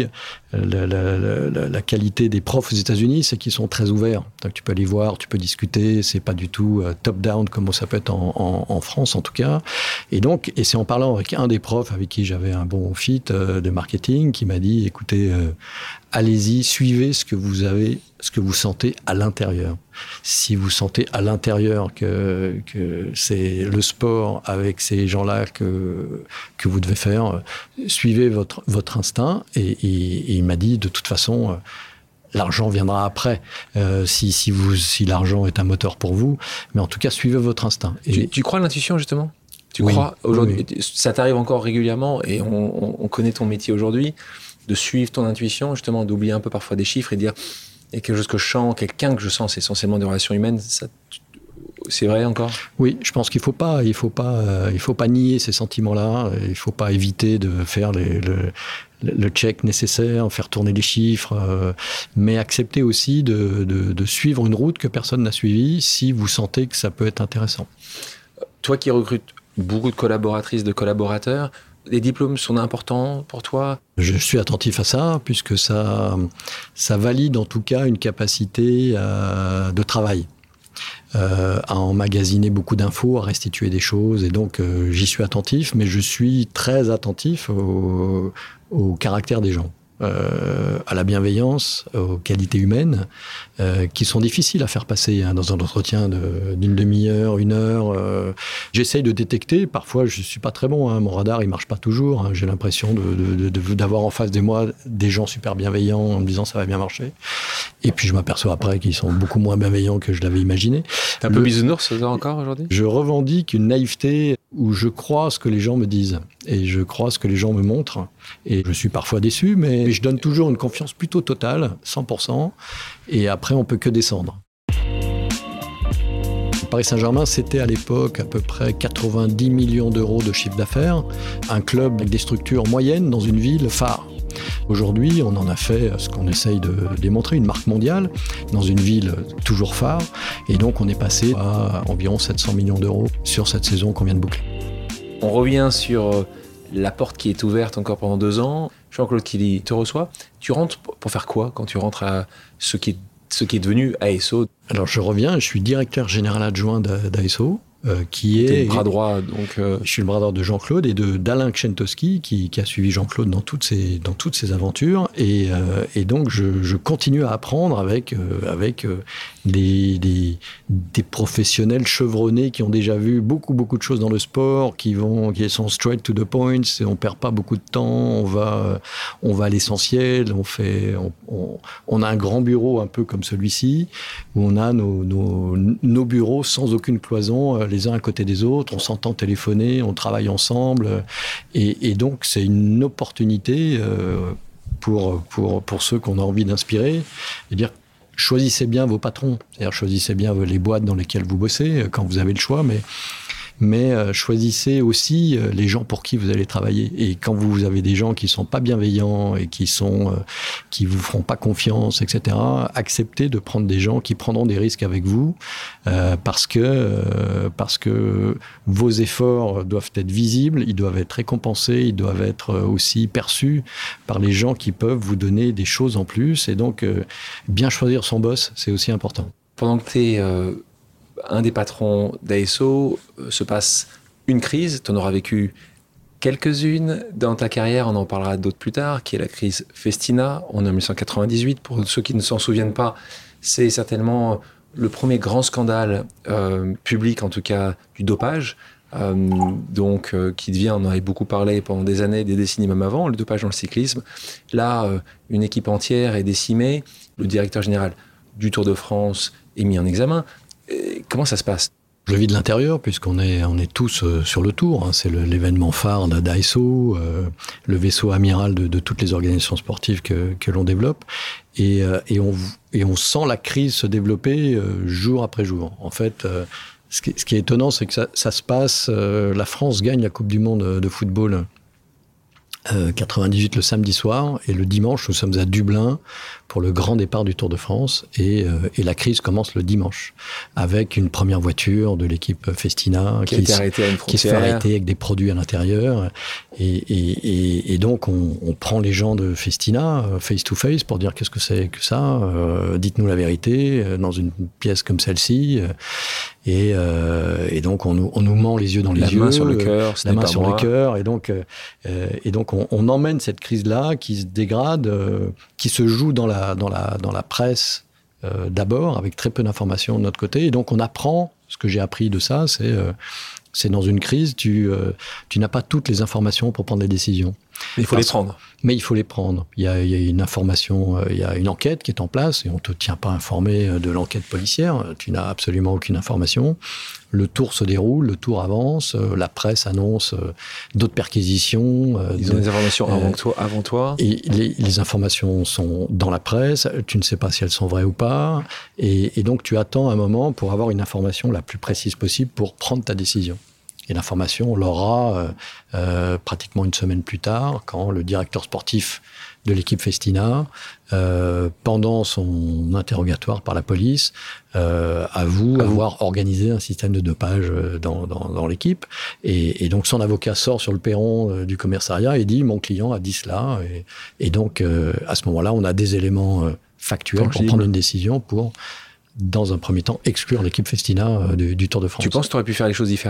Speaker 1: la qualité des profs aux États-Unis, c'est qu'ils sont très ouverts. Donc, tu peux aller voir, tu peux discuter. C'est pas du tout top-down comme ça peut être en France, en tout cas. Et c'est en parlant avec un des profs avec qui j'avais un bon fit de marketing qui m'a dit, écoutez, allez-y, suivez ce que vous sentez à l'intérieur. Si vous sentez à l'intérieur que c'est le sport avec ces gens-là que vous devez faire, suivez votre instinct. Et il m'a dit, de toute façon, l'argent viendra après, si l'argent est un moteur pour vous. Mais en tout cas, suivez votre instinct.
Speaker 2: Tu crois à l'intuition, justement ? Tu crois aujourd'hui, ça t'arrive encore régulièrement, et on connaît ton métier aujourd'hui, de suivre ton intuition, justement, d'oublier un peu parfois des chiffres et de dire, et quelque chose que je sens, quelqu'un que je sens, c'est essentiellement des relations humaines, ça, c'est vrai encore ? Oui, je pense qu'il faut pas
Speaker 1: nier ces sentiments-là. Il faut pas éviter de faire le check nécessaire, faire tourner les chiffres, mais accepter aussi de suivre une route que personne n'a suivie si vous sentez que ça peut être intéressant.
Speaker 2: Toi qui recrutes beaucoup de collaboratrices, de collaborateurs, les diplômes sont importants pour toi ?
Speaker 1: Je suis attentif à ça, puisque ça valide en tout cas une capacité de travail, à emmagasiner beaucoup d'infos, à restituer des choses, et donc j'y suis attentif, mais je suis très attentif au caractère des gens. À la bienveillance, aux qualités humaines, qui sont difficiles à faire passer dans un entretien d'une demi-heure, 1 heure. J'essaye de détecter. Parfois, je suis pas très bon. Mon radar, il marche pas toujours. J'ai l'impression d'avoir en face de moi des gens super bienveillants en me disant ça va bien marcher. Et puis, je m'aperçois après qu'ils sont beaucoup moins bienveillants que je l'avais imaginé.
Speaker 2: T'es un peu bisounours encore aujourd'hui ?
Speaker 1: Je revendique une naïveté où je crois ce que les gens me disent et je crois ce que les gens me montrent. Et je suis parfois déçu, mais je donne toujours une confiance plutôt totale, 100%, et après on peut que descendre. Paris Saint-Germain, c'était à l'époque à peu près 90 millions d'euros de chiffre d'affaires, un club avec des structures moyennes dans une ville phare. Aujourd'hui, on en a fait ce qu'on essaye de démontrer, une marque mondiale dans une ville toujours phare, et donc on est passé à environ 700 millions d'euros sur cette saison qu'on vient de boucler.
Speaker 2: On revient sur la porte qui est ouverte encore pendant 2 ans. Jean-Claude Killy te reçoit. Tu rentres pour faire quoi quand tu rentres à ce qui est devenu ASO ?
Speaker 1: Alors je reviens, je suis directeur général adjoint d'ASO. T'es
Speaker 2: le bras droit, donc.
Speaker 1: Je suis le bras droit de Jean-Claude et d'Alain Kschentowski qui a suivi Jean-Claude dans toutes ses aventures, et donc je continue à apprendre avec des professionnels chevronnés qui ont déjà vu beaucoup de choses dans le sport, qui sont straight to the point, et on perd pas beaucoup de temps, on va à l'essentiel, on a un grand bureau un peu comme celui-ci où on a nos bureaux sans aucune cloison, les uns à côté des autres, on s'entend téléphoner, on travaille ensemble, et donc c'est une opportunité pour ceux qu'on a envie d'inspirer, et dire choisissez bien vos patrons, c'est-à-dire choisissez bien les boîtes dans lesquelles vous bossez quand vous avez le choix, mais choisissez aussi les gens pour qui vous allez travailler. Et quand vous avez des gens qui sont pas bienveillants et qui vous feront pas confiance, etc., acceptez de prendre des gens qui prendront des risques avec vous, parce que vos efforts doivent être visibles, ils doivent être récompensés, ils doivent être aussi perçus par les gens qui peuvent vous donner des choses en plus. Et donc, bien choisir son boss, c'est aussi important.
Speaker 2: Pendant que tu es un des patrons d'ASO, se passe une crise, tu en auras vécu quelques-unes dans ta carrière, on en parlera d'autres plus tard, qui est la crise Festina en 1998. Pour ceux qui ne s'en souviennent pas, c'est certainement le premier grand scandale public, en tout cas du dopage, qui devient, on en avait beaucoup parlé pendant des années, des décennies même avant, le dopage dans le cyclisme. Là, une équipe entière est décimée, le directeur général du Tour de France est mis en examen. Comment ça se passe ?
Speaker 1: Je le vis de l'intérieur, puisqu'on est tous sur le Tour. C'est l'événement phare d'ASO, le vaisseau amiral de toutes les organisations sportives que l'on développe. Et on sent la crise se développer jour après jour. En fait, ce qui est étonnant, c'est que ça se passe. La France gagne la Coupe du Monde de football 98 le samedi soir, et le dimanche, nous sommes à Dublin pour le grand départ du Tour de France, et la crise commence le dimanche, avec une première voiture de l'équipe Festina
Speaker 2: qui se fait
Speaker 1: arrêter avec des produits à l'intérieur, et donc on prend les gens de Festina face to face pour dire qu'est-ce que c'est que ça, dites-nous la vérité, dans une pièce comme celle-ci, et donc on nous ment les yeux dans les yeux,
Speaker 2: la main sur le cœur,
Speaker 1: la main sur le cœur, et donc on emmène cette crise-là qui se dégrade, qui se joue dans la presse d'abord, avec très peu d'informations de notre côté. Et donc on apprend, ce que j'ai appris de ça, c'est dans une crise, tu n'as pas toutes les informations pour prendre des décisions.
Speaker 2: Mais il faut les prendre.
Speaker 1: Mais il faut les prendre. Il y a une information, il y a une enquête qui est en place et on ne te tient pas informé de l'enquête policière. Tu n'as absolument aucune information. Le tour se déroule, le tour avance, la presse annonce d'autres perquisitions.
Speaker 2: Ils ont des informations avant toi.
Speaker 1: Et les informations sont dans la presse, tu ne sais pas si elles sont vraies ou pas. Et donc tu attends un moment pour avoir une information la plus précise possible pour prendre ta décision. Et l'information, on l'aura pratiquement une semaine plus tard, quand le directeur sportif de l'équipe Festina, pendant son interrogatoire par la police, avoue avoir organisé un système de dopage dans l'équipe. Et donc son avocat sort sur le perron du commissariat et dit « mon client a dit cela ». Et donc à ce moment-là, on a des éléments factuels pour prendre une décision pour, dans un premier temps, exclure l'équipe Festina du Tour de France.
Speaker 2: Tu penses que tu aurais pu faire les choses différemment ?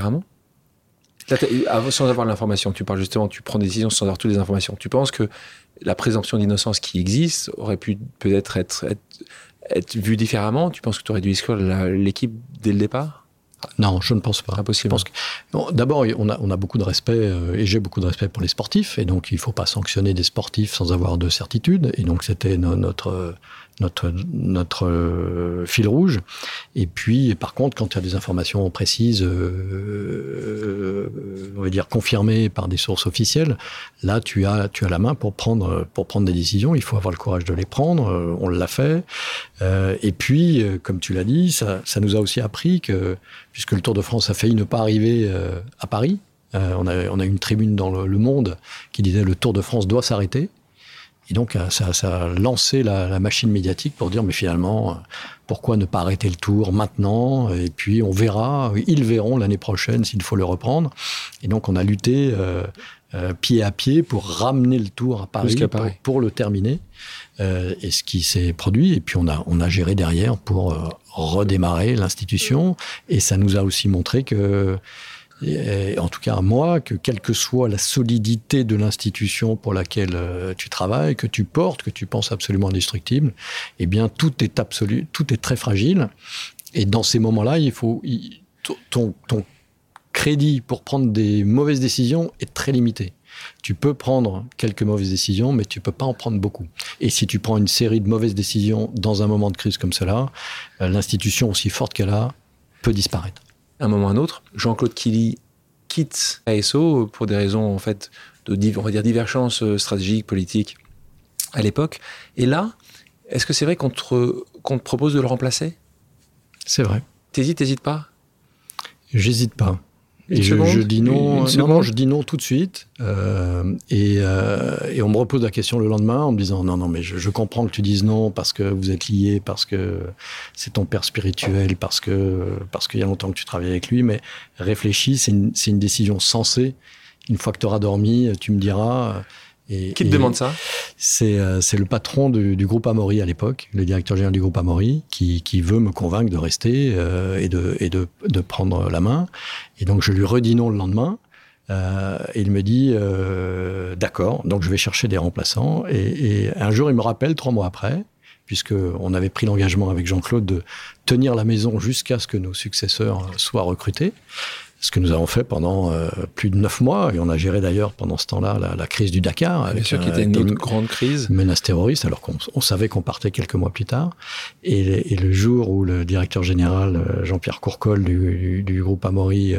Speaker 2: Là, sans avoir l'information, tu parles justement, tu prends des décisions sans avoir toutes les informations. Tu penses que la présomption d'innocence qui existe aurait pu peut-être être vue différemment ? Tu penses que tu aurais dû exclure l'équipe dès le départ ?
Speaker 1: Non, je ne pense pas.
Speaker 2: Impossible.
Speaker 1: D'abord, on a beaucoup de respect, et j'ai beaucoup de respect pour les sportifs, et donc il ne faut pas sanctionner des sportifs sans avoir de certitude, et donc c'était notre fil rouge. Et puis, par contre, quand il y a des informations précises, on va dire confirmées par des sources officielles, là, tu as la main pour prendre des décisions. Il faut avoir le courage de les prendre. On l'a fait. Et puis, comme tu l'as dit, ça nous a aussi appris que, puisque le Tour de France a failli ne pas arriver à Paris, on a une tribune dans le Monde qui disait « le Tour de France doit s'arrêter ». Et donc, ça a lancé la machine médiatique pour dire, mais finalement, pourquoi ne pas arrêter le Tour maintenant ? Et puis, on verra, ils verront l'année prochaine s'il faut le reprendre. Et donc, on a lutté pied à pied pour ramener le Tour à Paris, pour le terminer. Et ce qui s'est produit. Et puis, on a géré derrière pour redémarrer l'institution. Et ça nous a aussi montré que... Et en tout cas à moi, que quelle que soit la solidité de l'institution pour laquelle tu travailles, que tu portes, que tu penses absolument indestructible, eh bien tout est très fragile. Et dans ces moments-là, ton crédit pour prendre des mauvaises décisions est très limité. Tu peux prendre quelques mauvaises décisions, mais tu peux pas en prendre beaucoup. Et si tu prends une série de mauvaises décisions dans un moment de crise comme cela, l'institution aussi forte qu'elle a peut disparaître.
Speaker 2: À un moment ou à un autre, Jean-Claude Killy quitte ASO pour des raisons, en fait, on va dire, divergence stratégique, politique à l'époque. Et là, est-ce que c'est vrai qu'on te propose de le remplacer ?
Speaker 1: C'est vrai.
Speaker 2: T'hésites pas ?
Speaker 1: J'hésite pas. Et je dis non. Non, je dis non tout de suite. Et on me repose la question le lendemain en me disant non, mais je comprends que tu dises non parce que vous êtes liés, parce que c'est ton père spirituel, parce qu'il y a longtemps que tu travailles avec lui. Mais réfléchis, c'est une décision sensée. Une fois que tu auras dormi, tu me diras.
Speaker 2: Qui te demande ça ?
Speaker 1: C'est le patron du groupe Amaury à l'époque, le directeur général du groupe Amaury, qui veut me convaincre de rester et de prendre la main. Et donc je lui redis non le lendemain. Et il me dit d'accord, donc je vais chercher des remplaçants. Et un jour il me rappelle 3 mois après, puisqu'on avait pris l'engagement avec Jean-Claude de tenir la maison jusqu'à ce que nos successeurs soient recrutés. Ce que nous avons fait pendant plus de 9 mois, et on a géré d'ailleurs pendant ce temps-là la crise du Dakar.
Speaker 2: Bien sûr, qui était une autre grande crise.
Speaker 1: Menace terroriste, alors qu'on savait qu'on partait quelques mois plus tard. Et le jour où le directeur général, Jean-Pierre Courcol du groupe Amaury,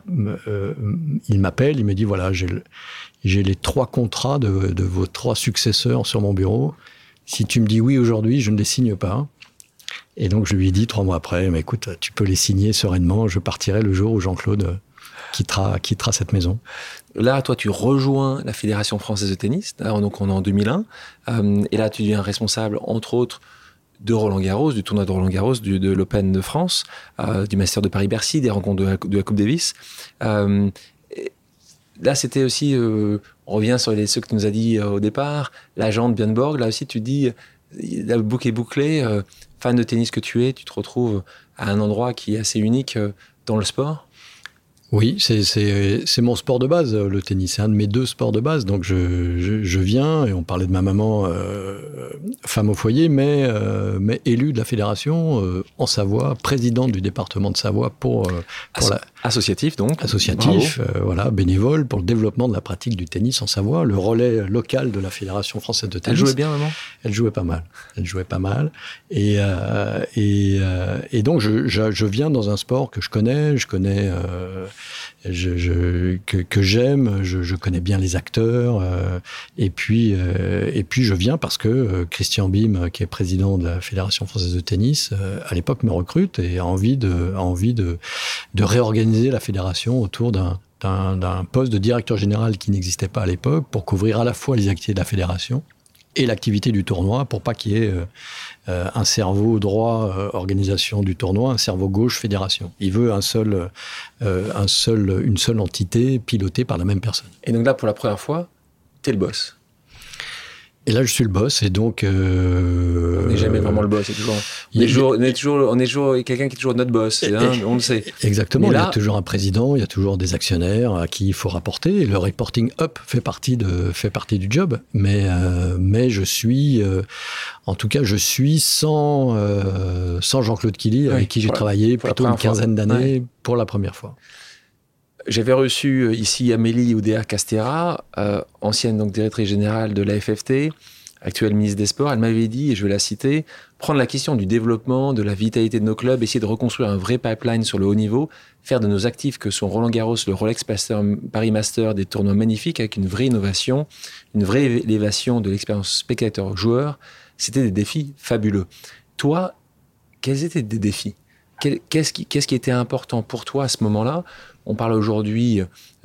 Speaker 1: il m'appelle, il me dit voilà, j'ai les 3 contrats de vos 3 successeurs sur mon bureau. Si tu me dis oui aujourd'hui, je ne les signe pas. Et donc, je lui ai dit 3 mois après, mais écoute, tu peux les signer sereinement, je partirai le jour où Jean-Claude quittera cette maison.
Speaker 2: Là, toi, tu rejoins la Fédération française de tennis. Donc, on est en 2001. Et là, tu deviens responsable, entre autres, de Roland-Garros, du tournoi de Roland-Garros, de l'Open de France, du Master de Paris-Bercy, des rencontres de la Coupe Davis. Là, c'était aussi, on revient sur ceux que tu nous as dit au départ, l'agent de Björn Borg. Là aussi, tu dis, la boucle est bouclée. Fan de tennis que tu es, tu te retrouves à un endroit qui est assez unique dans le sport.
Speaker 1: Oui, c'est mon sport de base, le tennis. C'est un de mes 2 sports de base. Donc, je viens, et on parlait de ma maman, femme au foyer, mais élue de la fédération en Savoie, présidente du département de Savoie pour
Speaker 2: associatif, donc.
Speaker 1: Associatif, voilà, bénévole pour le développement de la pratique du tennis en Savoie, le relais local de la Fédération française de tennis.
Speaker 2: Elle jouait bien, maman ?
Speaker 1: Elle jouait pas mal. Et donc, je viens dans un sport que je connais, que j'aime, je connais bien les acteurs, et puis je viens parce que Christian Bim, qui est président de la Fédération française de tennis, à l'époque me recrute et a envie de réorganiser la fédération autour d'un poste de directeur général qui n'existait pas à l'époque, pour couvrir à la fois les activités de la fédération et l'activité du tournoi, pour pas qu'il y ait un cerveau droit organisation du tournoi, un cerveau gauche fédération. Il veut une seule entité pilotée par la même personne.
Speaker 2: Et donc là, pour la première fois, t'es le boss.
Speaker 1: Et là, je suis le boss, et donc...
Speaker 2: on n'est jamais vraiment le boss, on est toujours quelqu'un qui est toujours notre boss, on le sait.
Speaker 1: Exactement, il y a toujours un président, il y a toujours des actionnaires à qui il faut rapporter, et le reporting up fait partie du job, mais je suis... en tout cas, je suis sans Jean-Claude Killy, avec qui j'ai travaillé plutôt une quinzaine d'années pour la première fois.
Speaker 2: J'avais reçu ici Amélie Oudéa-Castéra, ancienne donc directrice générale de la FFT, actuelle ministre des Sports. Elle m'avait dit, et je vais la citer, prendre la question du développement, de la vitalité de nos clubs, essayer de reconstruire un vrai pipeline sur le haut niveau, faire de nos actifs que sont Roland-Garros, le Rolex Paris Master, des tournois magnifiques avec une vraie innovation, une vraie élévation de l'expérience spectateur-joueur. C'était des défis fabuleux. Toi, quels étaient tes défis ? Qu'est-ce qui était important pour toi à ce moment-là ? On parle aujourd'hui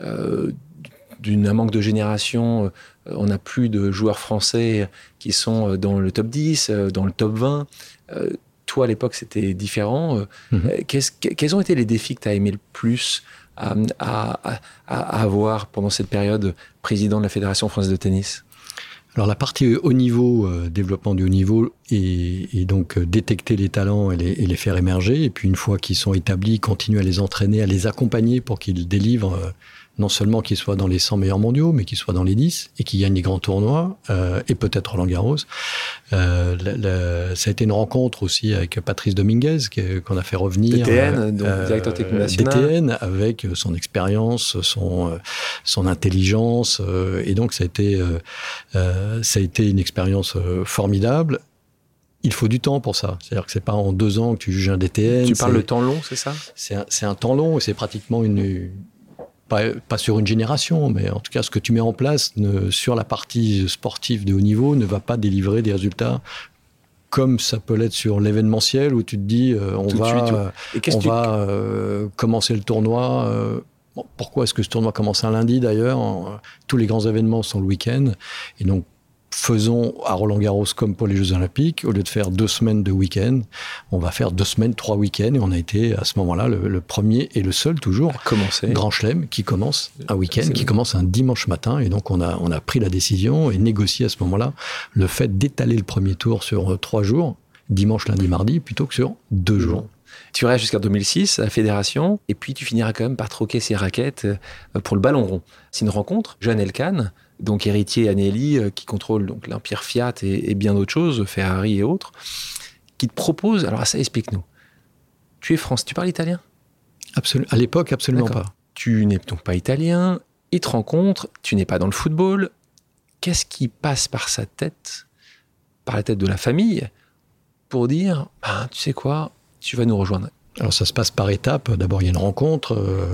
Speaker 2: d'un manque de génération. On n'a plus de joueurs français qui sont dans le top 10, dans le top 20. Toi, à l'époque, c'était différent. Quels ont été les défis que tu as aimé le plus à avoir pendant cette période président de la Fédération française de tennis ?
Speaker 1: Alors la partie haut niveau, développement du haut niveau, et donc détecter les talents et les faire émerger, et puis une fois qu'ils sont établis, continuer à les entraîner, à les accompagner pour qu'ils délivrent, non seulement qu'ils soient dans les 100 meilleurs mondiaux, mais qu'ils soient dans les 10 et qu'ils gagnent les grands tournois, et peut-être Roland-Garros. Ça a été une rencontre aussi avec Patrice Dominguez qu'on a fait revenir.
Speaker 2: DTN, donc directeur technique national.
Speaker 1: DTN, avec son expérience, son intelligence, et donc ça a été une expérience formidable. Il faut du temps pour ça. C'est-à-dire que c'est pas en 2 ans que tu juges un DTN.
Speaker 2: Tu parles le temps long, c'est ça ?
Speaker 1: C'est un temps long, et c'est pratiquement pas sur une génération, mais en tout cas, ce que tu mets en place sur la partie sportive de haut niveau ne va pas délivrer des résultats comme ça peut l'être sur l'événementiel, où tu te dis, on va commencer le tournoi. Pourquoi est-ce que ce tournoi commence un lundi d'ailleurs ? Tous les grands événements sont le week-end, et donc faisons à Roland-Garros comme pour les Jeux Olympiques, au lieu de faire 2 semaines de week-end, on va faire 2 semaines, 3 week-ends, et on a été à ce moment-là le premier et le seul toujours Grand Chelem qui commence un week-end, qui commence un dimanche matin, et donc on a pris la décision et négocié à ce moment-là le fait d'étaler le premier tour sur 3 jours, dimanche, lundi, mardi, plutôt que sur 2 jours.
Speaker 2: Tu restes jusqu'en 2006 à la fédération, et puis tu finiras quand même par troquer ses raquettes pour le ballon rond. C'est une rencontre, Jeanne Elkann, donc héritier Agnelli, qui contrôle donc l'empire Fiat et bien d'autres choses, Ferrari et autres, qui te propose, alors ça, explique-nous. Tu es français, tu parles italien ?
Speaker 1: À l'époque, absolument pas.
Speaker 2: Tu n'es donc pas italien, il te rencontre, tu n'es pas dans le football. Qu'est-ce qui passe par sa tête, par la tête de la famille, pour dire, tu sais quoi, tu vas nous rejoindre ?
Speaker 1: Alors ça se passe par étapes. D'abord, il y a une rencontre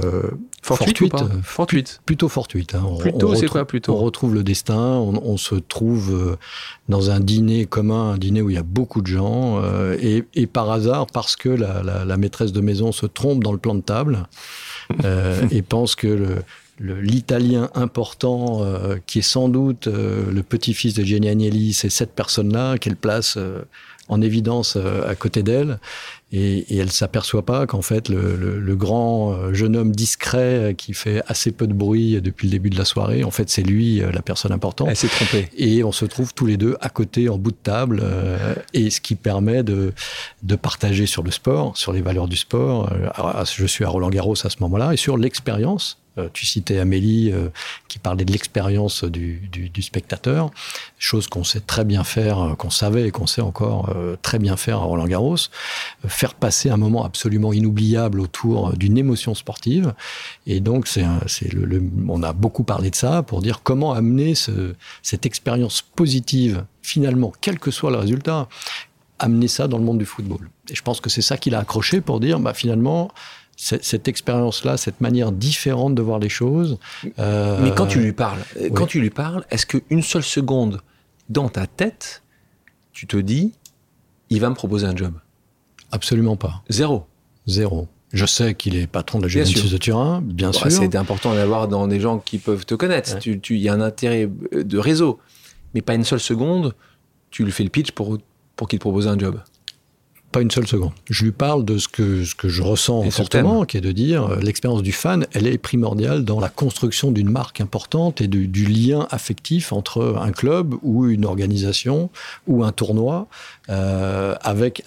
Speaker 2: fortuite.
Speaker 1: Plutôt fortuite.
Speaker 2: C'est quoi plutôt ?
Speaker 1: On retrouve le destin, on se trouve dans un dîner commun, un dîner où il y a beaucoup de gens, et par hasard, parce que la maîtresse de maison se trompe dans le plan de table, et pense que l'Italien important, qui est sans doute le petit-fils de Gianni Agnelli, c'est cette personne-là qu'elle place en évidence à côté d'elle. Et elle ne s'aperçoit pas qu'en fait, le grand jeune homme discret qui fait assez peu de bruit depuis le début de la soirée, en fait, c'est lui la personne importante. Elle
Speaker 2: s'est trompée.
Speaker 1: Et on se trouve tous les deux à côté, en bout de table, et ce qui permet de partager sur le sport, sur les valeurs du sport. Alors, je suis à Roland-Garros à ce moment-là, et sur l'expérience. Tu citais Amélie qui parlait de l'expérience du spectateur, chose qu'on sait très bien faire, qu'on savait et qu'on sait encore très bien faire à Roland-Garros, faire passer un moment absolument inoubliable autour d'une émotion sportive. Et donc, on a beaucoup parlé de ça pour dire comment amener cette expérience positive, finalement, quel que soit le résultat, amener ça dans le monde du football. Et je pense que c'est ça qu'il a accroché pour dire, finalement, cette expérience-là, cette manière différente de voir les choses.
Speaker 2: Mais quand tu lui parles, est-ce qu'une seule seconde dans ta tête, tu te dis, il va me proposer un job?
Speaker 1: Absolument pas.
Speaker 2: Zéro.
Speaker 1: Je sais qu'il est patron de la Juventus de Turin, bien sûr.
Speaker 2: C'était important d'avoir dans des gens qui peuvent te connaître. Il y a un intérêt de réseau. Mais pas une seule seconde, tu lui fais le pitch pour qu'il te propose un job.
Speaker 1: Pas une seule seconde. Je lui parle de ce que je ressens fortement, qui est de dire l'expérience du fan, elle est primordiale dans la construction d'une marque importante et du lien affectif entre un club ou une organisation ou un tournoi avec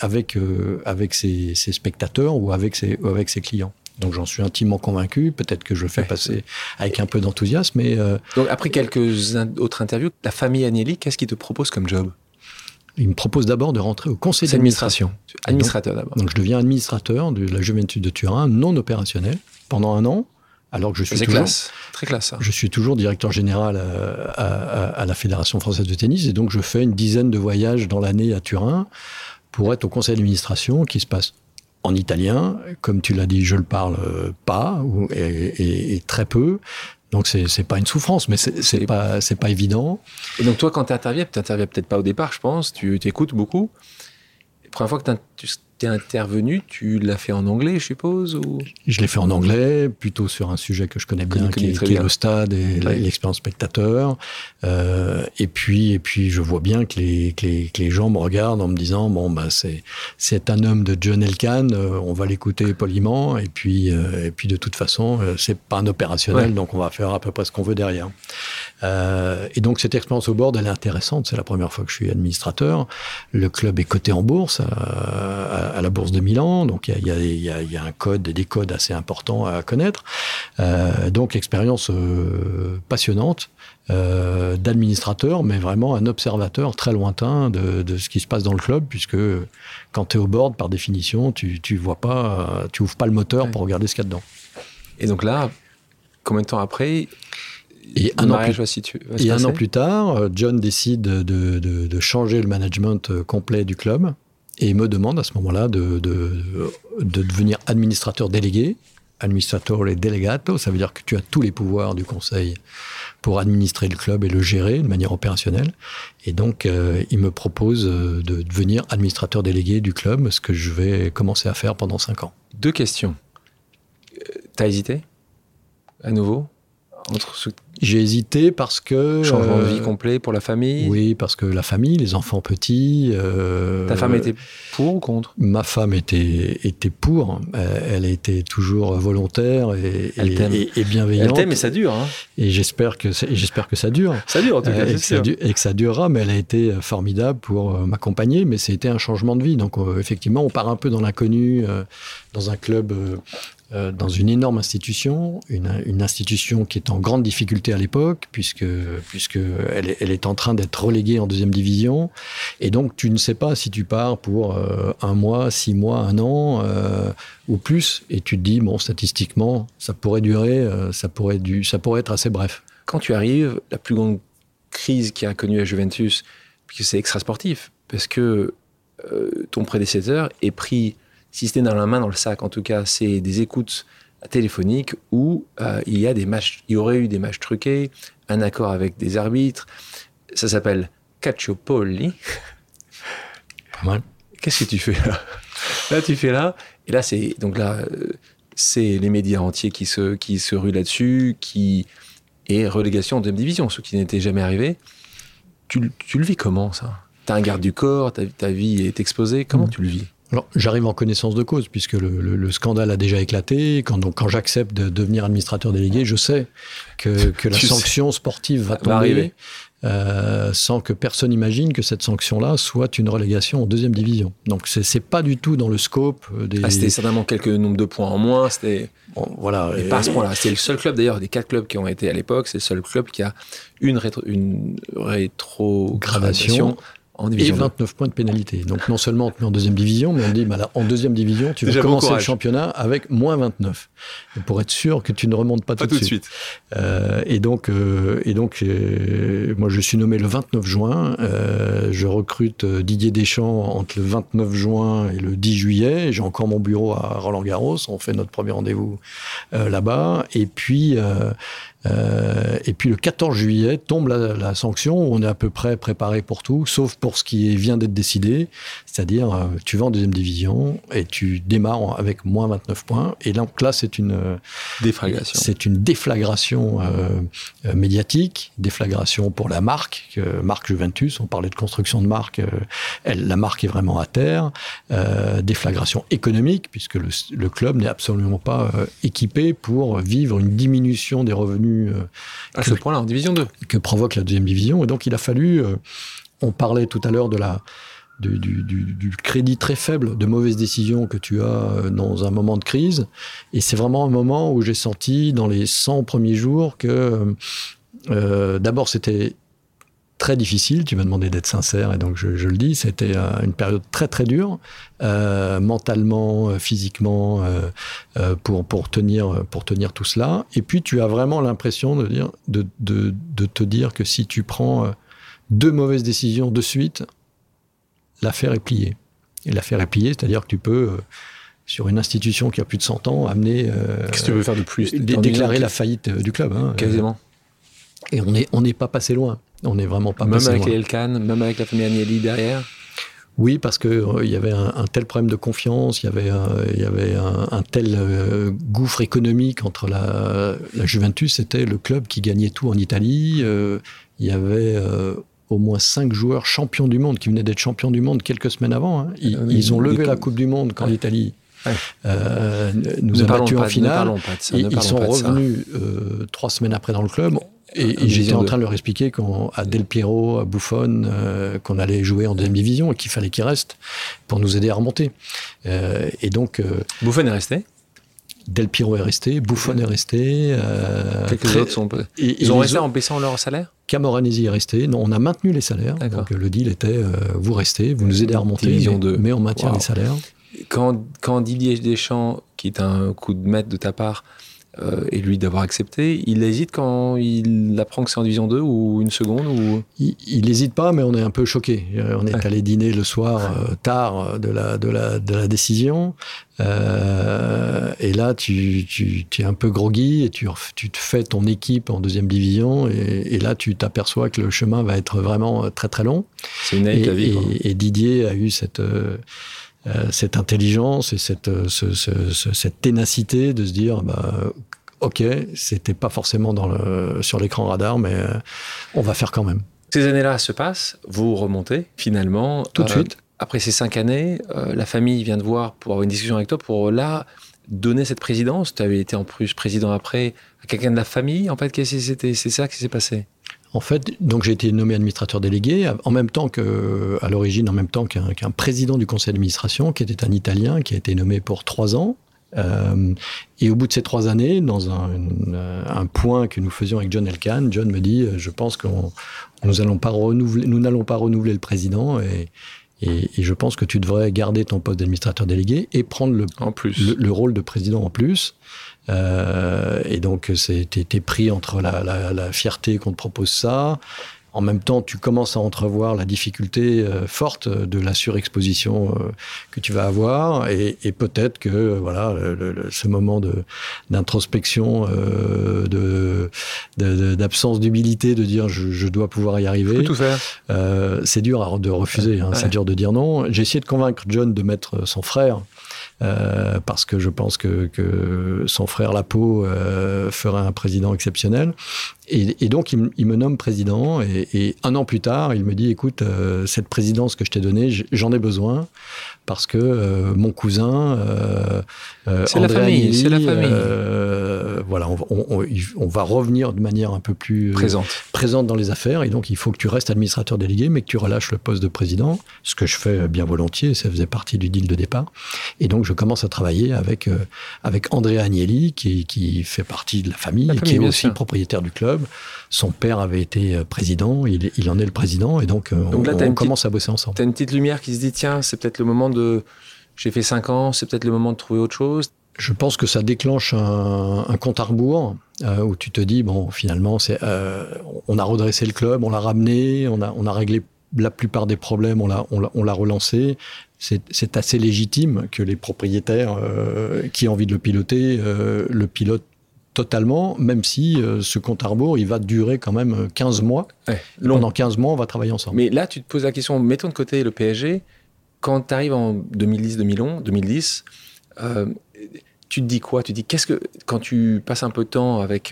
Speaker 1: ses spectateurs ou avec ses clients. Donc j'en suis intimement convaincu. Peut-être que je le fais passer avec un peu d'enthousiasme. Mais
Speaker 2: donc après quelques autres interviews, la famille Agnelli, qu'est-ce qu'ils te proposent comme job?
Speaker 1: Il me propose d'abord de rentrer au conseil d'administration.
Speaker 2: Administrateur d'abord.
Speaker 1: Donc je deviens administrateur de la Juventus de Turin, non opérationnel, pendant 1 an, alors que je suis
Speaker 2: très classe. Ça.
Speaker 1: Je suis toujours directeur général à la Fédération française de tennis, et donc je fais une dizaine de voyages dans l'année à Turin pour être au conseil d'administration qui se passe en italien. Comme tu l'as dit, je le parle pas et très peu. Donc c'est pas une souffrance, mais c'est pas évident.
Speaker 2: Et donc toi, quand tu interviens peut-être pas au départ, je pense, tu t'écoutes beaucoup. La première fois que tu es intervenu, tu l'as fait en anglais, je suppose, ou...
Speaker 1: Je l'ai fait en anglais, plutôt sur un sujet que je connais bien, qui est le stade et l'expérience spectateur. Et puis je vois bien que les gens me regardent en me disant c'est un homme de John Elkann, on va l'écouter poliment, et puis de toute façon c'est pas un opérationnel, donc on va faire à peu près ce qu'on veut derrière. Et donc cette expérience au board, elle est intéressante. C'est la première fois que je suis administrateur. Le club est coté en bourse à la bourse de Milan, donc il y a un code, des codes assez importants à connaître. Donc expérience passionnante d'administrateur, mais vraiment un observateur très lointain de ce qui se passe dans le club, puisque quand tu es au board, par définition, tu ouvres pas le moteur pour regarder ce qu'il y a dedans.
Speaker 2: Et donc là, combien de temps après?
Speaker 1: Et un an plus tard, John décide de changer le management complet du club et me demande à ce moment-là de devenir administrateur délégué. Administratore delegato, ça veut dire que tu as tous les pouvoirs du conseil pour administrer le club et le gérer de manière opérationnelle. Et donc, il me propose de devenir administrateur délégué du club, ce que je vais commencer à faire pendant 5 ans.
Speaker 2: 2 questions. T'as hésité à nouveau
Speaker 1: J'ai hésité parce que...
Speaker 2: Changement de vie complet pour la famille?
Speaker 1: Oui, parce que la famille, les enfants petits...
Speaker 2: Ta femme était pour ou contre?
Speaker 1: Ma femme était pour. Elle a été toujours volontaire et bienveillante.
Speaker 2: Elle t'aime, mais ça dure. Hein.
Speaker 1: Et j'espère que ça dure.
Speaker 2: Ça dure en tout cas, c'est sûr.
Speaker 1: Et que ça durera, mais elle a été formidable pour m'accompagner. Mais c'était un changement de vie. Donc effectivement, on part un peu dans l'inconnu, dans un club... dans une énorme institution, une institution qui est en grande difficulté à l'époque, puisque elle est en train d'être reléguée en 2e division, et donc tu ne sais pas si tu pars pour 1 mois, 6 mois, 1 an ou plus, et tu te dis statistiquement ça pourrait durer, ça pourrait être assez bref.
Speaker 2: Quand tu arrives, la plus grande crise qui a connu la Juventus, puisque c'est extra-sportif, parce que ton prédécesseur est pris. Si c'était dans la main, dans le sac, en tout cas, c'est des écoutes téléphoniques où il y aurait eu des matchs truqués, un accord avec des arbitres. Ça s'appelle Calciopoli.
Speaker 1: Pas mal.
Speaker 2: Qu'est-ce que tu fais là? Là, tu fais là. Et là, c'est c'est les médias entiers qui se ruent là-dessus, et relégation en deuxième division, ce qui n'était jamais arrivé. Tu le vis comment, ça ? T'as un garde du corps, ta vie est exposée, comment tu le vis ?
Speaker 1: Alors, j'arrive en connaissance de cause, puisque le scandale a déjà éclaté. Quand j'accepte de devenir administrateur délégué, je sais que la sanction sportive va tomber, sans que personne imagine que cette sanction-là soit une relégation en deuxième division. Donc, c'est pas du tout dans le scope des...
Speaker 2: c'était certainement quelques nombres de points en moins, c'était...
Speaker 1: Bon, voilà.
Speaker 2: Et pas à ce point-là. C'est le seul club, d'ailleurs, des 4 clubs qui ont été à l'époque, c'est le seul club qui a une rétrogradation en division 2.
Speaker 1: 29 points de pénalité. Donc non seulement on te met en deuxième division, mais on dit en deuxième division, tu vas commencer le championnat avec moins 29. Et pour être sûr que tu ne remontes pas tout de suite. Et donc, moi je suis nommé le 29 juin. Je recrute Didier Deschamps entre le 29 juin et le 10 juillet. J'ai encore mon bureau à Roland-Garros. On fait notre premier rendez-vous là-bas. Et puis le 14 juillet tombe la sanction où on est à peu près préparé pour tout, sauf pour ce qui vient d'être décidé, c'est-à-dire tu vas en deuxième division et tu démarres avec moins 29 points. Et donc là, c'est une déflagration médiatique, déflagration pour la marque Juventus. On parlait de construction de marque, la marque est vraiment à terre. Déflagration économique, puisque le club n'est absolument pas équipé pour vivre une diminution des revenus
Speaker 2: à ce point-là, en division 2.
Speaker 1: Que provoque la deuxième division. Et donc, il a fallu... on parlait tout à l'heure du crédit très faible de mauvaises décisions que tu as dans un moment de crise. Et c'est vraiment un moment où j'ai senti, dans les 100 premiers jours, que d'abord, c'était très difficile. Tu m'as demandé d'être sincère, et donc je le dis. C'était une période très, très dure, mentalement, physiquement, pour tenir tout cela. Et puis, tu as vraiment l'impression de te dire que si tu prends 2 mauvaises décisions de suite, l'affaire est pliée. Et l'affaire est pliée, c'est-à-dire que tu peux, sur une institution qui a plus de 100 ans, amener...
Speaker 2: Qu'est-ce que tu veux faire de plus ?
Speaker 1: Déclarer la faillite du club.
Speaker 2: Quasiment.
Speaker 1: Et on n'est pas passé loin. On n'est vraiment pas passé loin.
Speaker 2: Même avec les Elkann, même avec la famille Agnelli derrière ?
Speaker 1: Oui, parce que il y avait un tel problème de confiance, il y avait un tel gouffre économique entre la Juventus, c'était le club qui gagnait tout en Italie. Il y avait au moins 5 joueurs champions du monde qui venaient d'être champions du monde quelques semaines avant. Ils ont levé la Coupe du Monde quand l'Italie nous a battus en finale. Ils sont revenus 3 semaines après dans le club. Et j'étais en train de leur expliquer à Del Piero, à Buffon, qu'on allait jouer en deuxième division et qu'il fallait qu'ils restent pour nous aider à remonter. Et donc...
Speaker 2: Buffon est resté ?
Speaker 1: Del Piero est resté, Buffon est resté.
Speaker 2: Quelques autres sont... Ils ont resté en baissant leur salaire ?
Speaker 1: Camoranesi est resté. Non, on a maintenu les salaires.
Speaker 2: D'accord.
Speaker 1: Donc le deal était, vous restez, vous nous aidez à remonter, mais on maintient les salaires.
Speaker 2: Quand Didier Deschamps, qui est un coup de maître de ta part, et lui d'avoir accepté, il hésite quand il apprend que c'est en division 2 ou une seconde ou...
Speaker 1: Il n'hésite pas, mais on est un peu choqué. On est allé dîner le soir tard de la décision. Et là, tu es un peu groggy et tu te fais ton équipe en deuxième division. Et là, tu t'aperçois que le chemin va être vraiment très très long.
Speaker 2: C'est une année de la vie.
Speaker 1: Et Didier a eu cette intelligence et cette ténacité de se dire ok, c'était pas forcément sur l'écran radar, mais on va faire quand même.
Speaker 2: Ces années-là se passent, vous remontez finalement.
Speaker 1: Tout de suite.
Speaker 2: Après ces 5 années, la famille vient te voir pour avoir une discussion avec toi, pour là donner cette présidence. Tu avais été en plus président après à quelqu'un de la famille. En fait, c'est ça qui s'est passé.
Speaker 1: En fait, donc j'ai été nommé administrateur délégué en même temps qu'un président du conseil d'administration qui était un Italien qui a été nommé pour 3 ans. Et au bout de ces 3 années, dans un point que nous faisions avec John Elkann, John me dit je pense que nous n'allons pas renouveler le président et je pense que tu devrais garder ton poste d'administrateur délégué et prendre le rôle de président en plus. Et donc, t'es pris entre la fierté qu'on te propose ça. En même temps, tu commences à entrevoir la difficulté forte de la surexposition que tu vas avoir. Et peut-être que voilà, ce moment d'introspection, d'absence d'humilité, de dire je dois pouvoir y arriver.
Speaker 2: Faut tout faire.
Speaker 1: C'est dur de refuser, c'est dur de dire non. J'ai essayé de convaincre John de mettre son frère parce que je pense que son frère Lapo ferait un président exceptionnel. Et donc, il me nomme président. Et 1 an plus tard, il me dit, écoute, cette présidence que je t'ai donnée, j'en ai besoin. Parce que mon cousin,
Speaker 2: c'est la famille, c'est la famille.
Speaker 1: Voilà, on va revenir de manière un peu plus présente dans les affaires. Et donc, il faut que tu restes administrateur délégué, mais que tu relâches le poste de président. Ce que je fais bien volontiers, ça faisait partie du deal de départ. Et donc, je commence à travailler avec Andrea Agnelli, qui fait partie de la famille et qui est aussi propriétaire du club. Son père avait été président, il en est le président, et donc là, on commence à bosser ensemble.
Speaker 2: Tu as une petite lumière qui se dit, tiens, c'est peut-être le moment j'ai fait 5 ans, c'est peut-être le moment de trouver autre chose.
Speaker 1: Je pense que ça déclenche un compte à rebours où tu te dis, bon, finalement, on a redressé le club, on l'a ramené, on a réglé la plupart des problèmes, on l'a relancé. C'est assez légitime que les propriétaires qui ont envie de le piloter le pilotent totalement, même si ce compte à rebours, il va durer quand même 15 mois. Ouais, pendant 15 mois, on va travailler ensemble.
Speaker 2: Mais là, tu te poses la question, mettons de côté le PSG, quand tu arrives en 2010, tu te dis quoi? Tu te dis, quand tu passes un peu de temps avec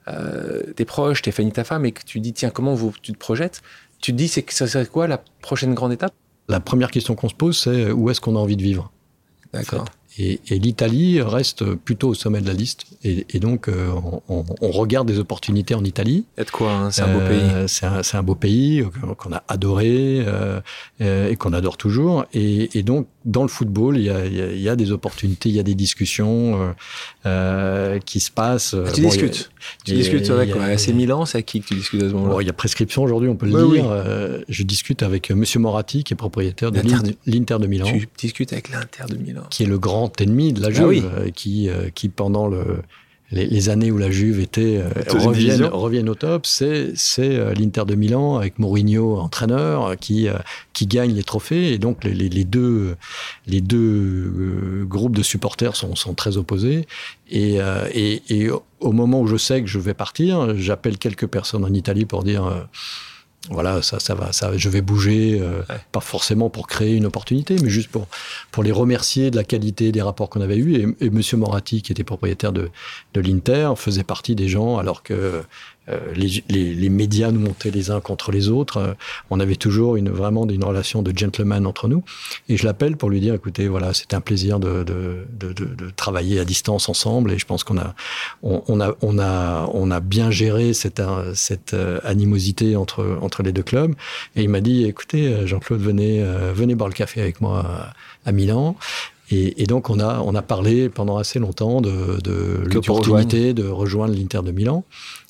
Speaker 2: tes proches, tes familles, ta femme, et que tu te dis, tiens, comment tu te projettes? Tu te dis, ça serait quoi la prochaine grande étape?
Speaker 1: La première question qu'on se pose, c'est où est-ce qu'on a envie de vivre?
Speaker 2: D'accord.
Speaker 1: En fait. Et l'Italie reste plutôt au sommet de la liste. Et donc, on regarde des opportunités en Italie.
Speaker 2: Il y a de quoi, hein, c'est un beau pays.
Speaker 1: C'est un beau pays qu'on a adoré et qu'on adore toujours. Et donc, dans le football, il y a des opportunités, il y a des discussions qui se passent.
Speaker 2: Tu discutes. Tu discutes avec quoi? AC Milan, c'est à qui que tu discutes à ce moment-là?
Speaker 1: Il y a prescription aujourd'hui, on peut le dire. Oui. Je discute avec Monsieur Moratti, qui est propriétaire de l'Inter de Milan. Tu
Speaker 2: discutes avec l'Inter de Milan.
Speaker 1: Qui est le grand ennemi de la Juve, qui pendant les années où la Juve était reviennent au top, c'est l'Inter de Milan avec Mourinho entraîneur qui gagne les trophées, et donc les deux groupes de supporters sont très opposés, et au moment où je sais que je vais partir, j'appelle quelques personnes en Italie pour dire voilà, ça va, je vais bouger, pas forcément pour créer une opportunité, mais juste pour les remercier de la qualité des rapports qu'on avait eus. Et Monsieur Moratti, qui était propriétaire de l'Inter, faisait partie des gens, alors que les médias nous montaient les uns contre les autres. On avait toujours vraiment une relation de gentleman entre nous. Et je l'appelle pour lui dire, écoutez, voilà, c'était un plaisir de travailler à distance ensemble. Et je pense qu'on a bien géré cette animosité entre les deux clubs. Et il m'a dit, écoutez, Jean-Claude, venez boire le café avec moi à Milan. Et donc, on a parlé pendant assez longtemps de l'opportunité de rejoindre l'Inter de Milan.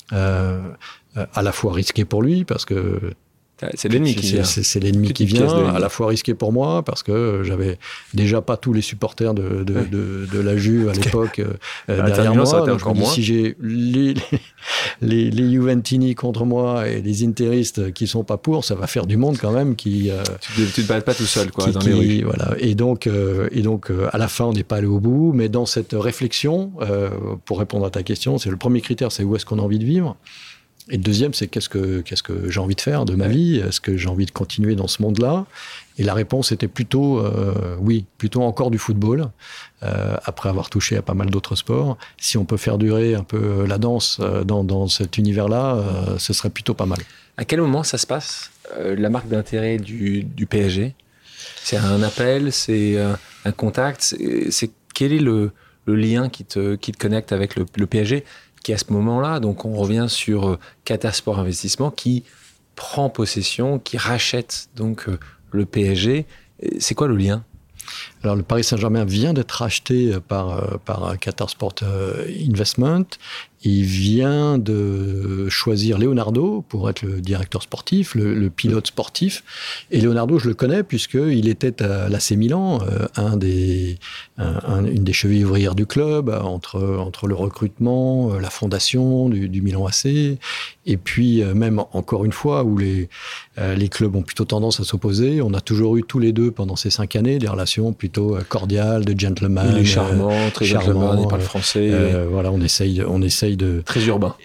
Speaker 1: À la fois risqué pour lui, parce que
Speaker 2: c'est l'ennemi qui vient.
Speaker 1: C'est l'ennemi qui vient, à la fois risqué pour moi, parce que j'avais déjà pas tous les supporters de la Juve à l'époque derrière moi. Donc je me dis, si j'ai les Juventini contre moi et les Interistes qui sont pas pour, ça va faire du monde quand même qui...
Speaker 2: tu te bats pas tout seul, quoi, dans les rues.
Speaker 1: Voilà. Et donc, à la fin, on n'est pas allé au bout, mais dans cette réflexion, pour répondre à ta question, c'est le premier critère, c'est où est-ce qu'on a envie de vivre. Et le deuxième, c'est qu'est-ce que j'ai envie de faire de ma vie? Est-ce que j'ai envie de continuer dans ce monde-là? Et la réponse était plutôt oui, plutôt encore du football, après avoir touché à pas mal d'autres sports. Si on peut faire durer un peu la danse dans cet univers-là, ce serait plutôt pas mal.
Speaker 2: À quel moment ça se passe, la marque d'intérêt du PSG? C'est un appel, c'est un contact, quel est le lien qui te connecte avec le PSG? Qui à ce moment-là, donc on revient sur Qatar Sport Investissement, qui prend possession, qui rachète donc le PSG. C'est quoi le lien?
Speaker 1: Alors le Paris Saint-Germain vient d'être racheté par Qatar Sport Investment. Il vient de choisir Leonardo pour être le directeur sportif, le pilote sportif. Et Leonardo, je le connais puisqu'il était à l'AC Milan, une des chevilles ouvrières du club, entre le recrutement, la fondation du Milan AC, et puis même encore une fois où les clubs ont plutôt tendance à s'opposer. On a toujours eu tous les deux pendant ces 5 années des relations plutôt cordiales, de gentleman.
Speaker 2: Il est charmant, très charmant, il parle français.
Speaker 1: Voilà, on essaye de...
Speaker 2: Très urbain.
Speaker 1: Et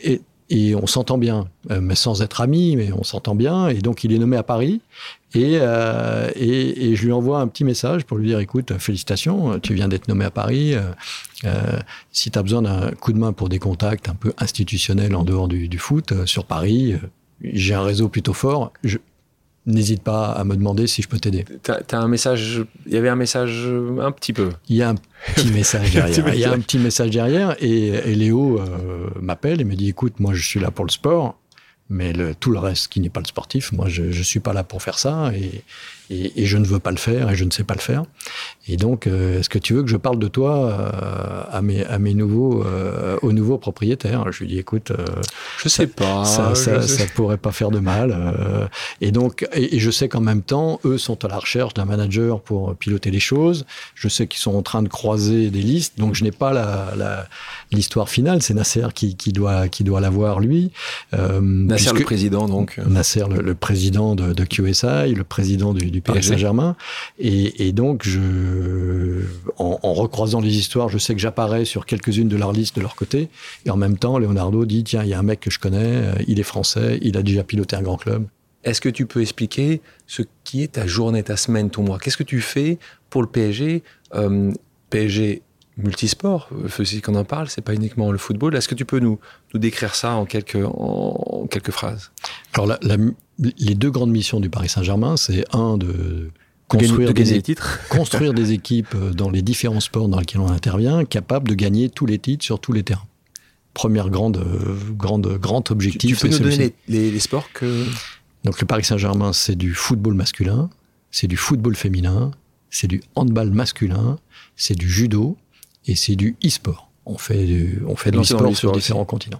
Speaker 1: Et on s'entend bien, mais sans être amis, mais on s'entend bien. Et donc, il est nommé à Paris. Et je lui envoie un petit message pour lui dire, écoute, félicitations, tu viens d'être nommé à Paris. Si tu as besoin d'un coup de main pour des contacts un peu institutionnels en dehors du foot, sur Paris, j'ai un réseau plutôt fort. N'hésite pas à me demander si je peux t'aider.
Speaker 2: T'as un message, il y avait un message un petit peu.
Speaker 1: Il y a un petit message derrière. Il y a un petit message derrière et Léo m'appelle et me dit, écoute, moi je suis là pour le sport, mais tout le reste qui n'est pas le sportif, moi je suis pas là pour faire ça et je ne veux pas le faire et je ne sais pas le faire. Et donc, est-ce que tu veux que je parle de toi aux nouveaux propriétaires? Je lui dis, écoute,
Speaker 2: je sais pas,
Speaker 1: ça pourrait pas faire de mal. Et donc, et je sais qu'en même temps, eux sont à la recherche d'un manager pour piloter les choses. Je sais qu'ils sont en train de croiser des listes, donc je n'ai pas l'histoire finale. C'est Nasser qui doit l'avoir lui.
Speaker 2: Nasser le président, donc.
Speaker 1: Nasser le président de QSI, le président du Paris Saint-Germain. Et donc, en recroisant les histoires, je sais que j'apparais sur quelques-unes de leurs listes de leur côté. Et en même temps, Leonardo dit, tiens, il y a un mec que je connais, il est français, il a déjà piloté un grand club.
Speaker 2: Est-ce que tu peux expliquer ce qui est ta journée, ta semaine, ton mois? Qu'est-ce que tu fais pour le PSG? PSG multisport, c'est qu'on en parle, c'est pas uniquement le football. Est-ce que tu peux nous décrire ça en quelques phrases? Alors,
Speaker 1: les deux grandes missions du Paris Saint-Germain, c'est de
Speaker 2: gagner des titres.
Speaker 1: Construire des équipes dans les différents sports dans lesquels on intervient, capables de gagner tous les titres sur tous les terrains. Premier grand objectif.
Speaker 2: Tu peux nous donner les sports que...
Speaker 1: Donc le Paris Saint-Germain, c'est du football masculin, c'est du football féminin, c'est du handball masculin, c'est du judo et c'est du e-sport. On fait de l'e-sport sur différents continents.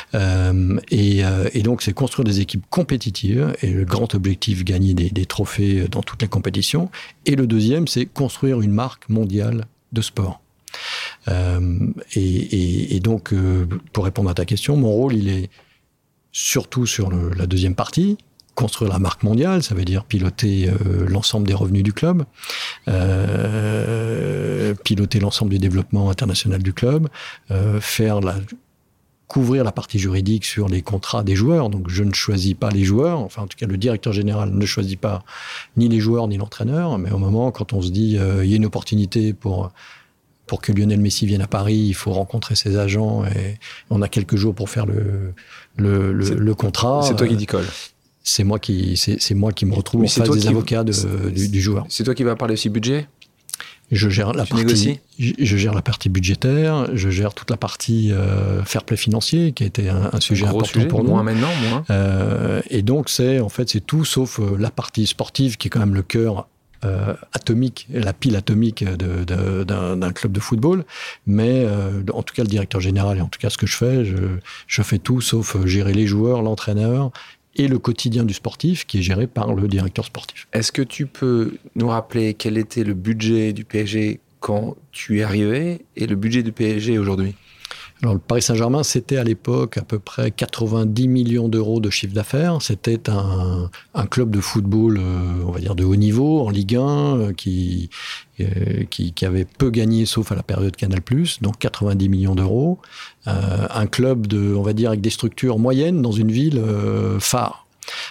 Speaker 1: Et donc, c'est construire des équipes compétitives et le grand objectif, gagner des trophées dans toutes les compétitions. Et le deuxième, c'est construire une marque mondiale de sport. Et donc, pour répondre à ta question, mon rôle, il est surtout sur la deuxième partie. Construire la marque mondiale, ça veut dire piloter l'ensemble des revenus du club, piloter l'ensemble du développement international du club, couvrir la partie juridique sur les contrats des joueurs. Donc je ne choisis pas les joueurs, enfin en tout cas le directeur général ne choisit pas ni les joueurs ni l'entraîneur, mais au moment quand on se dit il y a une opportunité pour que Lionel Messi vienne à Paris, il faut rencontrer ses agents et on a quelques jours pour faire le contrat.
Speaker 2: C'est toi qui décolle.
Speaker 1: C'est moi qui me retrouve en face des avocats du joueur.
Speaker 2: C'est toi qui vas parler aussi budget?
Speaker 1: Je gère la partie budgétaire, je gère toute la partie fair play financier qui a été un sujet important pour nous.
Speaker 2: Moins maintenant.
Speaker 1: Et donc c'est tout sauf la partie sportive qui est quand même le cœur atomique, la pile atomique d'un club de football. Mais en tout cas le directeur général et en tout cas ce que je fais, je fais tout sauf gérer les joueurs, l'entraîneur et le quotidien du sportif qui est géré par le directeur sportif.
Speaker 2: Est-ce que tu peux nous rappeler quel était le budget du PSG quand tu es arrivé et le budget du PSG aujourd'hui?
Speaker 1: Alors, le Paris Saint-Germain, c'était à l'époque à peu près 90 millions d'euros de chiffre d'affaires. C'était un club de football, on va dire, de haut niveau, en Ligue 1, qui avait peu gagné, sauf à la période Canal+, donc 90 millions d'euros. Un club, on va dire, avec des structures moyennes dans une ville phare.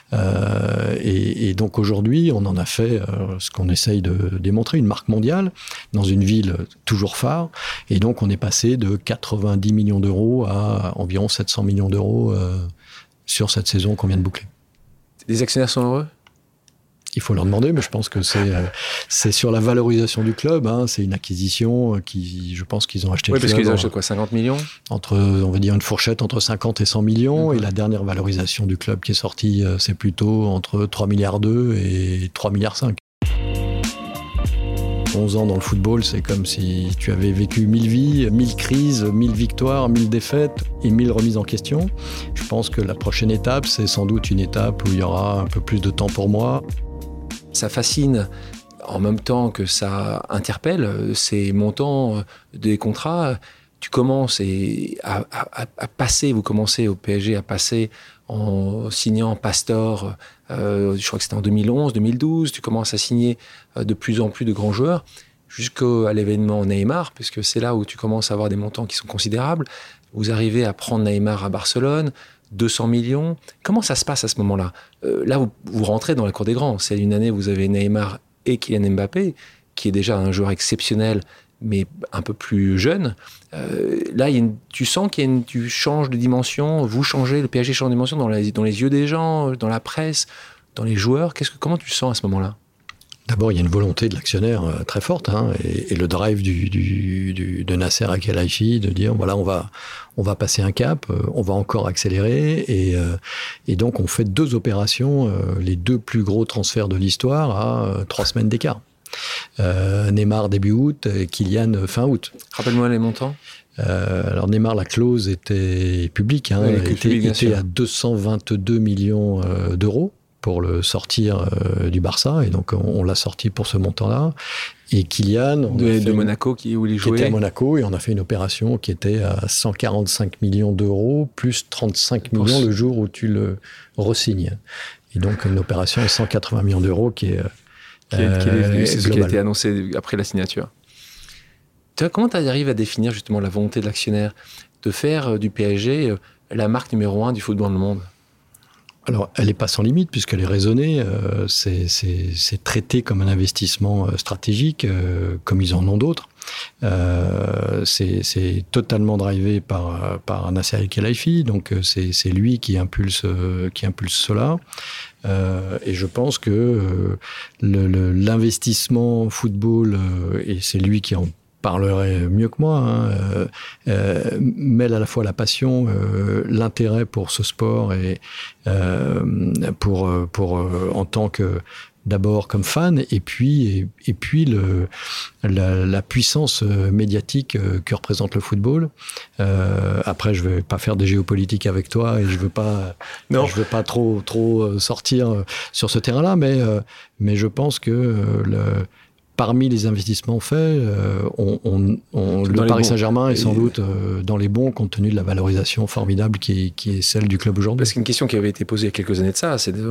Speaker 1: Et donc aujourd'hui, on en a fait ce qu'on essaye de démontrer, une marque mondiale dans une ville toujours phare. Et donc on est passé de 90 millions d'euros à environ 700 millions d'euros sur cette saison qu'on vient de boucler.
Speaker 2: Les actionnaires sont heureux ?
Speaker 1: Il faut leur demander, mais je pense que c'est sur la valorisation du club. C'est une acquisition je pense qu'ils ont acheté le club.
Speaker 2: Oui, parce qu'ils ont acheté quoi, 50 millions ?
Speaker 1: On va dire une fourchette entre 50 et 100 millions. Et la dernière valorisation du club qui est sortie, c'est plutôt entre 3,2 milliards et 3,5 milliards. 11 ans dans le football, c'est comme si tu avais vécu 1000 vies, 1000 crises, 1000 victoires, 1000 défaites et 1000 remises en question. Je pense que la prochaine étape, c'est sans doute une étape où il y aura un peu plus de temps pour moi.
Speaker 2: Ça fascine en même temps que ça interpelle ces montants des contrats. Tu commences à passer, vous commencez au PSG à passer en signant Pastore, je crois que c'était en 2011, 2012, tu commences à signer de plus en plus de grands joueurs jusqu'à l'événement Neymar, puisque c'est là où tu commences à avoir des montants qui sont considérables. Vous arrivez à prendre Neymar à Barcelone, 200 millions. Comment ça se passe à ce moment-là? Là, vous rentrez dans la cour des grands. C'est une année où vous avez Neymar et Kylian Mbappé, qui est déjà un joueur exceptionnel, mais un peu plus jeune. Là, tu sens tu changes de dimension, vous changez, le PSG change de dimension dans les yeux des gens, dans la presse, dans les joueurs. Comment tu sens à ce moment-là?
Speaker 1: D'abord, il y a une volonté de l'actionnaire très forte, et le drive de Nasser Al-Khelaifi de dire voilà, on va passer un cap, on va encore accélérer, et donc on fait 2 opérations, les 2 plus gros transferts de l'histoire à 3 semaines d'écart. Neymar début août, Kylian fin août.
Speaker 2: Rappelle-moi les montants.
Speaker 1: Alors Neymar, la clause était publique, était à 222 millions d'euros pour le sortir du Barça, et donc on l'a sorti pour ce montant-là. Et Kylian
Speaker 2: de Monaco, où il jouait,
Speaker 1: qui était à Monaco, et on a fait une opération qui était à 145 millions d'euros plus 35 millions le jour où tu le re-signes. Et donc une opération de 180 millions d'euros qui
Speaker 2: c'est ce qui a été annoncé après la signature. Comment tu arrives à définir justement la volonté de l'actionnaire de faire du PSG la marque numéro 1 du football dans le monde?
Speaker 1: Alors, elle n'est pas sans limite, puisqu'elle est raisonnée. C'est traité comme un investissement stratégique, comme ils en ont d'autres. C'est totalement drivé par Nasser Al-Khelaifi, donc c'est lui qui impulse cela. Et je pense que l'investissement football, et c'est lui qui en parlerait mieux que moi, mêle à la fois la passion, l'intérêt pour ce sport, et en tant que d'abord comme fan, et puis la puissance médiatique que représente le football. Après, je vais pas faire des géopolitiques avec toi, et je veux pas trop sortir sur ce terrain-là, mais je pense que parmi les investissements faits, le Paris Saint-Germain est sans doute dans les bons, compte tenu de la valorisation formidable qui est celle du club aujourd'hui.
Speaker 2: Parce qu'une question qui avait été posée il y a quelques années de ça, c'est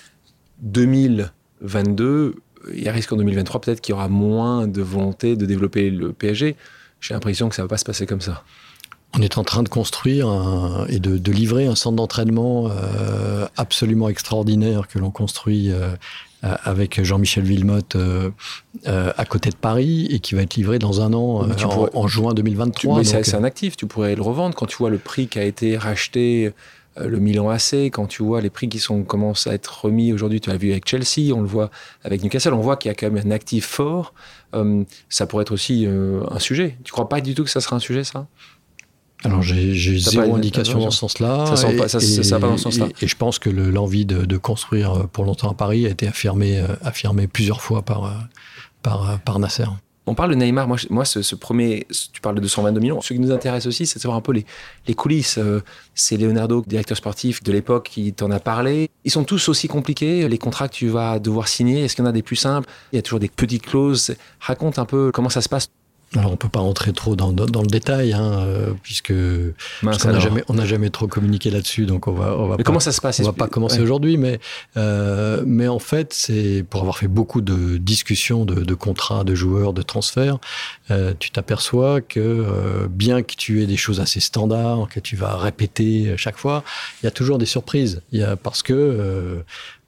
Speaker 2: 2022, il y a risque en 2023 peut-être qu'il y aura moins de volonté de développer le PSG. J'ai l'impression que ça ne va pas se passer comme ça.
Speaker 1: On est en train de construire et de livrer un centre d'entraînement absolument extraordinaire que l'on construit avec Jean-Michel Wilmotte à côté de Paris, et qui va être livré dans un an, en juin 2023.
Speaker 2: C'est un actif, tu pourrais le revendre quand tu vois le prix qui a été racheté, le Milan AC, quand tu vois les prix qui commencent à être remis aujourd'hui. Tu l'as vu avec Chelsea, on le voit avec Newcastle, on voit qu'il y a quand même un actif fort. Ça pourrait être aussi un sujet. Tu ne crois pas du tout que ça sera un sujet, ça ?
Speaker 1: Alors j'ai zéro indication dans ce sens-là.
Speaker 2: Ça va pas dans ce sens-là.
Speaker 1: Et je pense que l'envie de construire pour longtemps à Paris a été affirmée plusieurs fois par Nasser.
Speaker 2: On parle de Neymar. Moi, ce premier, tu parles de 222 millions. Ce qui nous intéresse aussi, c'est de savoir un peu les coulisses. C'est Leonardo, directeur sportif de l'époque, qui t'en a parlé. Ils sont tous aussi compliqués, les contrats que tu vas devoir signer. Est-ce qu'il y en a des plus simples? Il y a toujours des petites clauses. Raconte un peu comment ça se passe.
Speaker 1: Alors, on ne peut pas rentrer trop dans le détail, parce qu'on n'a jamais trop communiqué là-dessus, donc on va
Speaker 2: mais comment ça se passe?
Speaker 1: On va pas commencer aujourd'hui, mais en fait, c'est pour avoir fait beaucoup de discussions de contrats, de joueurs, de transferts, tu t'aperçois que bien que tu aies des choses assez standards, que tu vas répéter chaque fois, il y a toujours des surprises. Parce que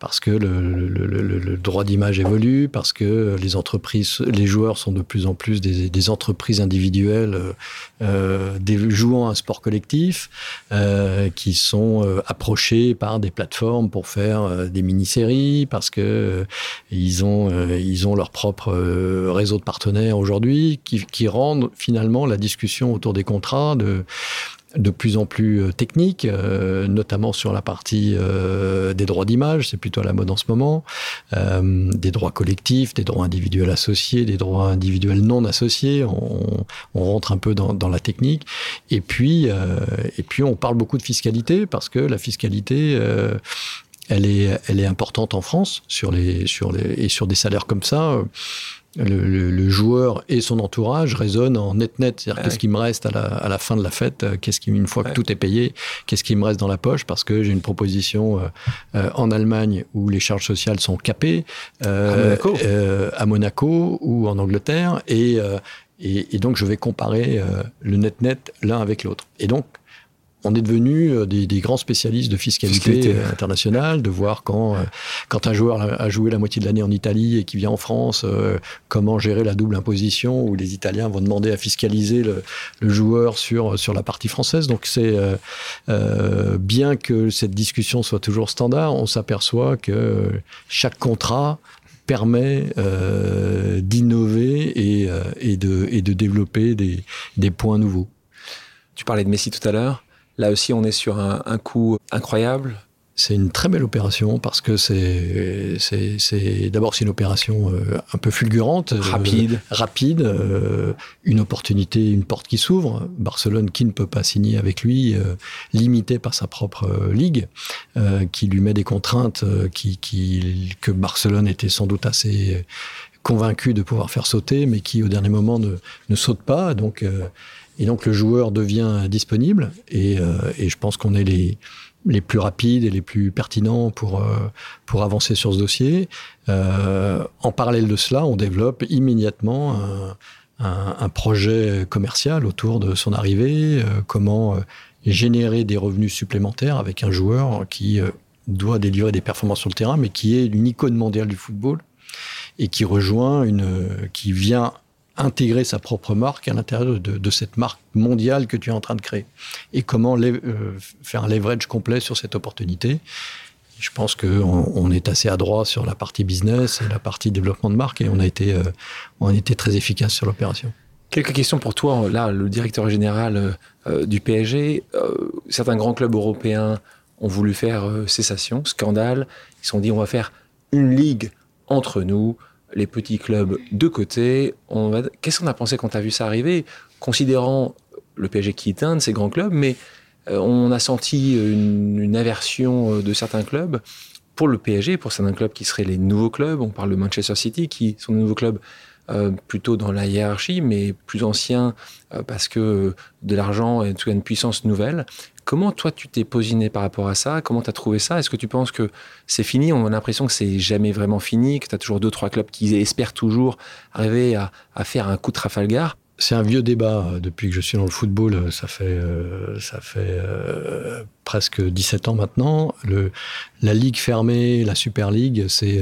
Speaker 1: le droit d'image évolue, parce que les joueurs sont de plus en plus des entreprises individuelles jouant un sport collectif, qui sont approchés par des plateformes pour faire des mini-séries, parce que ils ont leur propre réseau de partenaires aujourd'hui, qui rendent finalement la discussion autour des contrats de plus en plus technique, notamment sur la partie des droits d'image, c'est plutôt à la mode en ce moment, des droits collectifs, des droits individuels associés, des droits individuels non associés, on rentre un peu dans la technique, et puis on parle beaucoup de fiscalité, parce que la fiscalité elle est importante en France, et sur des salaires comme ça. Le joueur et son entourage raisonnent en net-net. C'est-à-dire, qu'est-ce qui me reste à la fin de la fête? Une fois que tout est payé, qu'est-ce qui me reste dans la poche? Parce que j'ai une proposition en Allemagne où les charges sociales sont capées, à Monaco ou en Angleterre, et donc je vais comparer le net-net l'un avec l'autre. Et donc, on est devenu des grands spécialistes de fiscalité internationale, de voir quand un joueur a joué la moitié de l'année en Italie et qui vient en France, comment gérer la double imposition, où les Italiens vont demander à fiscaliser le joueur sur la partie française. Donc c'est bien que cette discussion soit toujours standard, on s'aperçoit que chaque contrat permet d'innover et de développer des points nouveaux.
Speaker 2: Tu parlais de Messi tout à l'heure. Là aussi, on est sur un coup incroyable.
Speaker 1: C'est une très belle opération parce que d'abord c'est une opération un peu fulgurante, rapide, une opportunité, une porte qui s'ouvre. Barcelone qui ne peut pas signer avec lui, limité par sa propre ligue, qui lui met des contraintes que Barcelone était sans doute assez convaincu de pouvoir faire sauter, mais qui au dernier moment ne saute pas. Donc le joueur devient disponible et je pense qu'on est les plus rapides et les plus pertinents pour avancer sur ce dossier. En parallèle de cela, on développe immédiatement un projet commercial autour de son arrivée, comment générer des revenus supplémentaires avec un joueur qui doit délivrer des performances sur le terrain, mais qui est une icône mondiale du football et qui vient intégrer sa propre marque à l'intérieur de cette marque mondiale que tu es en train de créer. Et comment faire un leverage complet sur cette opportunité. Je pense qu'on est assez adroit sur la partie business et la partie développement de marque et on a été très efficace sur l'opération.
Speaker 2: Quelques questions pour toi. Là, le directeur général du PSG, certains grands clubs européens ont voulu faire cessation, scandale. Ils se sont dit on va faire une ligue entre nous, les petits clubs de côté. Qu'est-ce qu'on a pensé quand tu as vu ça arriver, considérant le PSG qui est un de ces grands clubs, mais on a senti une aversion de certains clubs pour le PSG, pour certains clubs qui seraient les nouveaux clubs. On parle de Manchester City, qui sont des nouveaux clubs plutôt dans la hiérarchie, mais plus anciens parce que de l'argent et une puissance nouvelle. Comment toi tu t'es positionné par rapport à ça? Comment tu as trouvé ça? Est-ce que tu penses que c'est fini? On a l'impression que c'est jamais vraiment fini, que tu as toujours 2-3 clubs qui espèrent toujours arriver à faire un coup de Trafalgar.
Speaker 1: C'est un vieux débat depuis que je suis dans le football. Ça fait presque 17 ans maintenant. La ligue fermée, la Super League, c'est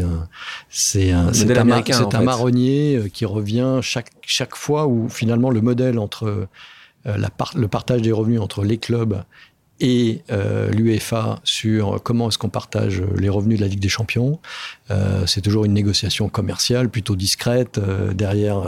Speaker 1: un marronnier qui revient chaque fois où finalement le modèle entre le partage des revenus entre les clubs et l'UEFA sur comment est-ce qu'on partage les revenus de la Ligue des Champions. C'est toujours une négociation commerciale plutôt discrète derrière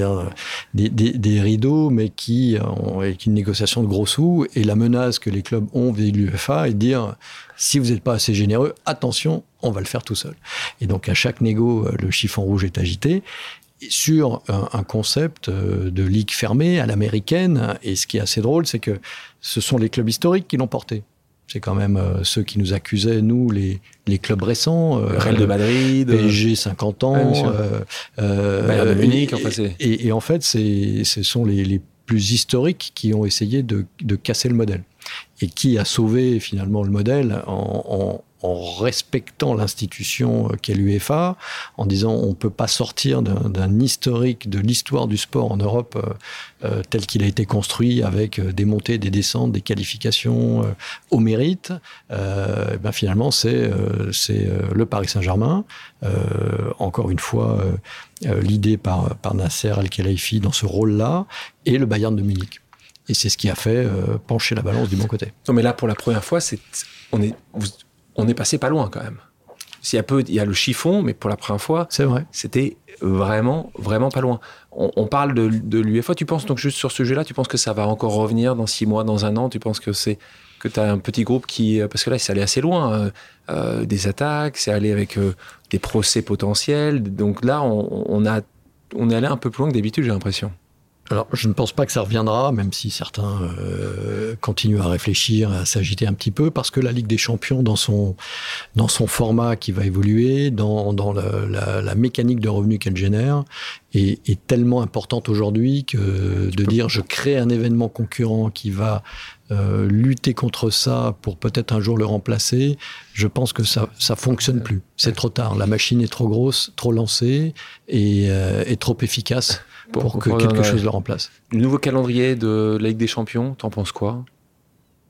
Speaker 1: des rideaux, mais qui est une négociation de gros sous. Et la menace que les clubs ont vis-à-vis de l'UEFA est de dire si vous n'êtes pas assez généreux, attention, on va le faire tout seul. Et donc à chaque négo, le chiffon rouge est agité. Sur un concept de ligue fermée à l'américaine. Et ce qui est assez drôle, c'est que ce sont les clubs historiques qui l'ont porté. C'est quand même ceux qui nous accusaient, nous, les clubs récents.
Speaker 2: Real de Madrid.
Speaker 1: PSG, 50 ans.
Speaker 2: Bayern de Munich.
Speaker 1: Et en fait, ce sont les plus historiques qui ont essayé de casser le modèle. Et qui a sauvé finalement le modèle en respectant l'institution qu'est l'UEFA, en disant on ne peut pas sortir d'un historique de l'histoire du sport en Europe tel qu'il a été construit avec des montées, des descentes, des qualifications au mérite. Finalement, c'est le Paris Saint-Germain, encore une fois l'idée par Nasser Al-Khelaifi dans ce rôle-là, et le Bayern de Munich. Et c'est ce qui a fait pencher la balance du bon côté.
Speaker 2: Non, mais là, pour la première fois, on est passé pas loin quand même. Il y a le chiffon, mais pour la première fois, c'est vrai. C'était vraiment, vraiment pas loin. On parle de l'UEFA. Tu penses donc juste sur ce sujet-là, tu penses que ça va encore revenir dans 6 mois, dans 1 an? Tu penses que tu as un petit groupe qui... Parce que là, c'est allé assez loin. Des attaques, c'est allé avec des procès potentiels. Donc là, on est allé un peu plus loin que d'habitude, j'ai l'impression.
Speaker 1: Alors, je ne pense pas que ça reviendra, même si certains continuent à réfléchir, à s'agiter un petit peu, parce que la Ligue des Champions, dans son format qui va évoluer, dans la mécanique de revenus qu'elle génère, est tellement importante aujourd'hui que de dire je crée un événement concurrent qui va lutter contre ça pour peut-être un jour le remplacer, je pense que ça fonctionne plus. C'est trop tard. La machine est trop grosse, trop lancée et trop efficace pour que quelque chose le remplace.
Speaker 2: Le nouveau calendrier de la Ligue des Champions, t'en penses quoi?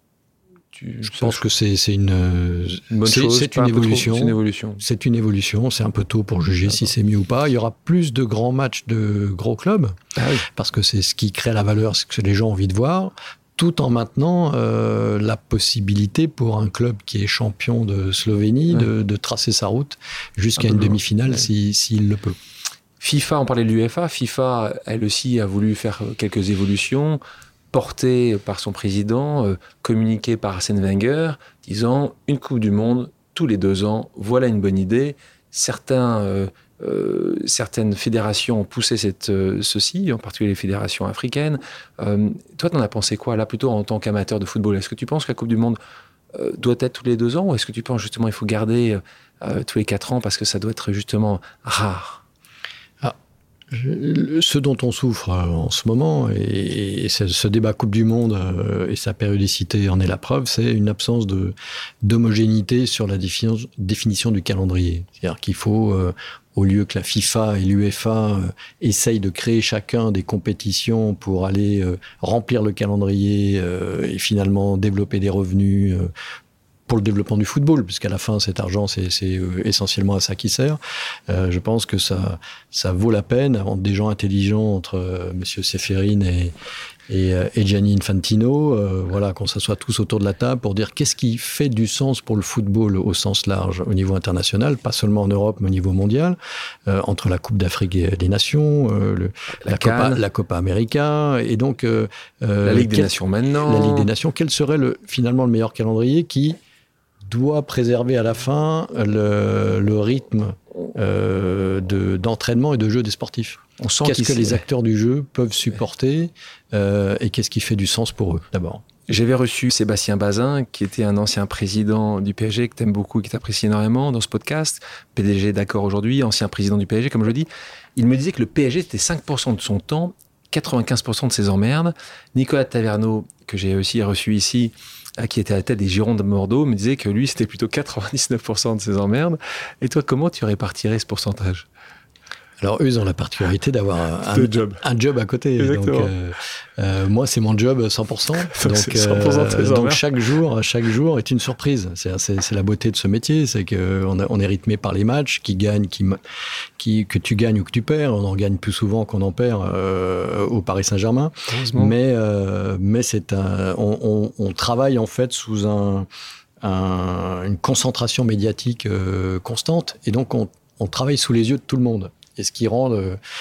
Speaker 1: Je pense que c'est une
Speaker 2: bonne chose.
Speaker 1: C'est une évolution.
Speaker 2: C'est une évolution.
Speaker 1: C'est une évolution. C'est un peu tôt pour juger si c'est mieux ou pas. Il y aura plus de grands matchs de gros clubs parce que c'est ce qui crée la valeur, c'est que les gens ont envie de voir, tout en maintenant la possibilité pour un club qui est champion de Slovénie de tracer sa route jusqu'à une demi-finale s'il le peut.
Speaker 2: FIFA, on parlait de l'UEFA. FIFA, elle aussi, a voulu faire quelques évolutions, portée par son président, communiquée par Arsène Wenger, disant une Coupe du Monde tous les 2 ans, voilà une bonne idée. Certaines fédérations ont poussé ceci, en particulier les fédérations africaines. Toi, t'en as pensé quoi, là, plutôt en tant qu'amateur de football? Est-ce que tu penses que la Coupe du Monde doit être tous les 2 ans, ou est-ce que tu penses justement il faut garder tous les 4 ans parce que ça doit être justement rare?
Speaker 1: Ce dont on souffre en ce moment, et ce débat Coupe du Monde et sa périodicité en est la preuve, c'est une absence d'homogénéité sur la définition du calendrier. C'est-à-dire qu'il faut, au lieu que la FIFA et l'UEFA essayent de créer chacun des compétitions pour aller remplir le calendrier et finalement développer des revenus pour le développement du football, puisqu'à la fin, cet argent, c'est essentiellement à ça qui sert. Je pense que ça vaut la peine, entre des gens intelligents, entre Monsieur Ceferin et Gianni Infantino, qu'on s'assoit tous autour de la table pour dire qu'est-ce qui fait du sens pour le football au sens large, au niveau international, pas seulement en Europe, mais au niveau mondial, entre la Coupe d'Afrique des Nations, la Copa América, et donc
Speaker 2: la Ligue des Nations maintenant.
Speaker 1: La Ligue des Nations, quel serait finalement le meilleur calendrier qui doit préserver à la fin le rythme d'entraînement et de jeu des sportifs. Qu'est-ce que les acteurs du jeu peuvent supporter et qu'est-ce qui fait du sens pour eux, d'abord?
Speaker 2: J'avais reçu Sébastien Bazin, qui était un ancien président du PSG, que tu aimes beaucoup, qui t'apprécie énormément dans ce podcast. PDG d'accord aujourd'hui, ancien président du PSG, comme je le dis. Il me disait que le PSG, c'était 5% de son temps, 95% de ses emmerdes. Nicolas Taverneau, que j'ai aussi reçu ici, qui était à la tête des Girondins de Bordeaux, me disait que lui, c'était plutôt 99% de ses emmerdes. Et toi, comment tu répartirais ce pourcentage?
Speaker 1: Alors, eux, ils ont la particularité d'avoir un job à côté.
Speaker 2: Exactement.
Speaker 1: Donc, moi, c'est mon job 100%. Donc, chaque jour est une surprise. C'est la beauté de ce métier. C'est qu'on est rythmé par les matchs, que tu gagnes ou que tu perds. On en gagne plus souvent qu'on en perd au Paris Saint-Germain. Mais on travaille en fait sous une concentration médiatique constante. Et donc, on travaille sous les yeux de tout le monde. Et ce qui rend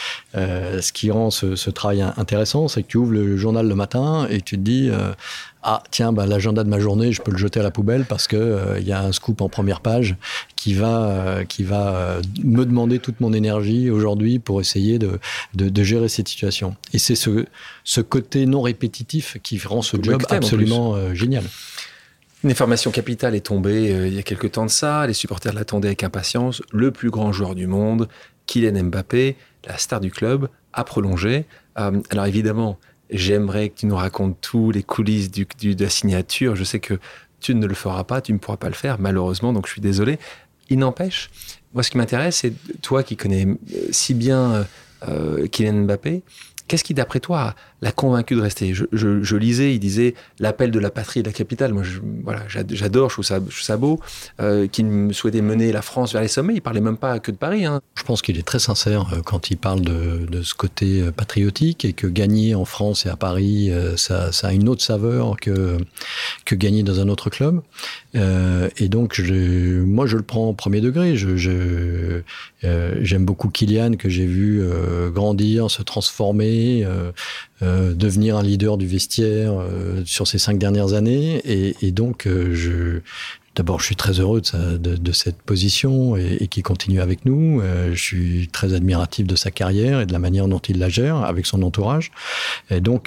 Speaker 1: ce travail intéressant, c'est que tu ouvres le journal le matin et tu te dis l'agenda de ma journée, je peux le jeter à la poubelle parce que y a un scoop en première page qui va me demander toute mon énergie aujourd'hui pour essayer de gérer cette situation. Et c'est ce côté non répétitif qui rend ce job absolument génial.
Speaker 2: Une information capitale est tombée il y a quelques temps de ça. Les supporters l'attendaient avec impatience. Le plus grand joueur du monde, Kylian Mbappé, la star du club, a prolongé. Alors évidemment, j'aimerais que tu nous racontes tous les coulisses de la signature. Je sais que tu ne le feras pas, tu ne pourras pas le faire, malheureusement, donc je suis désolé. Il n'empêche, moi ce qui m'intéresse, c'est toi qui connais si bien Kylian Mbappé, qu'est-ce qui, d'après toi, l'a convaincu de rester? Je lisais, il disait l'appel de la patrie et de la capitale. Moi, j'adore, je trouve ça beau. Qu'il souhaitait mener la France vers les sommets. Il parlait même pas que de Paris.
Speaker 1: Je pense qu'il est très sincère quand il parle de ce côté patriotique et que gagner en France et à Paris, ça a une autre saveur que gagner dans un autre club. Et donc, moi, je le prends au premier degré. J'aime beaucoup Kylian, que j'ai vu grandir, se transformer, devenir un leader du vestiaire sur ces 5 dernières années. Et donc, d'abord, je suis très heureux de cette position et qu'il continue avec nous. Je suis très admiratif de sa carrière et de la manière dont il la gère avec son entourage. Et donc,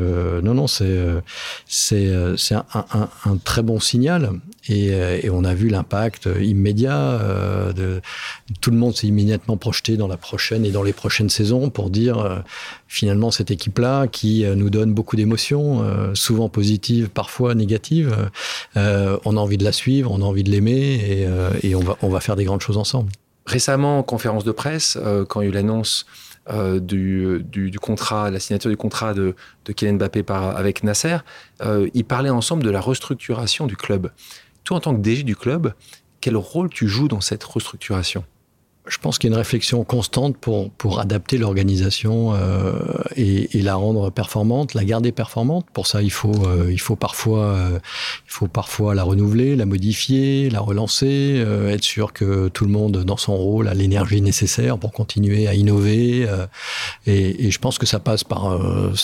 Speaker 1: c'est un très bon signal. Et on a vu l'impact immédiat. Tout le monde s'est immédiatement projeté dans la prochaine et dans les prochaines saisons pour dire finalement cette équipe-là qui nous donne beaucoup d'émotions, souvent positives, parfois négatives. On a envie de la suivre, on a envie de l'aimer et on va faire des grandes choses ensemble.
Speaker 2: Récemment, en conférence de presse, quand il y a eu l'annonce du contrat, la signature du contrat de Kylian Mbappé avec Nasser, ils parlaient ensemble de la restructuration du club. Toi, en tant que DG du club, quel rôle tu joues dans cette restructuration ?
Speaker 1: Je pense qu'il y a une réflexion constante pour adapter l'organisation et la rendre performante, la garder performante. Pour ça, il faut parfois la renouveler, la modifier, la relancer, être sûr que tout le monde dans son rôle a l'énergie nécessaire pour continuer à innover. Et je pense que ça passe par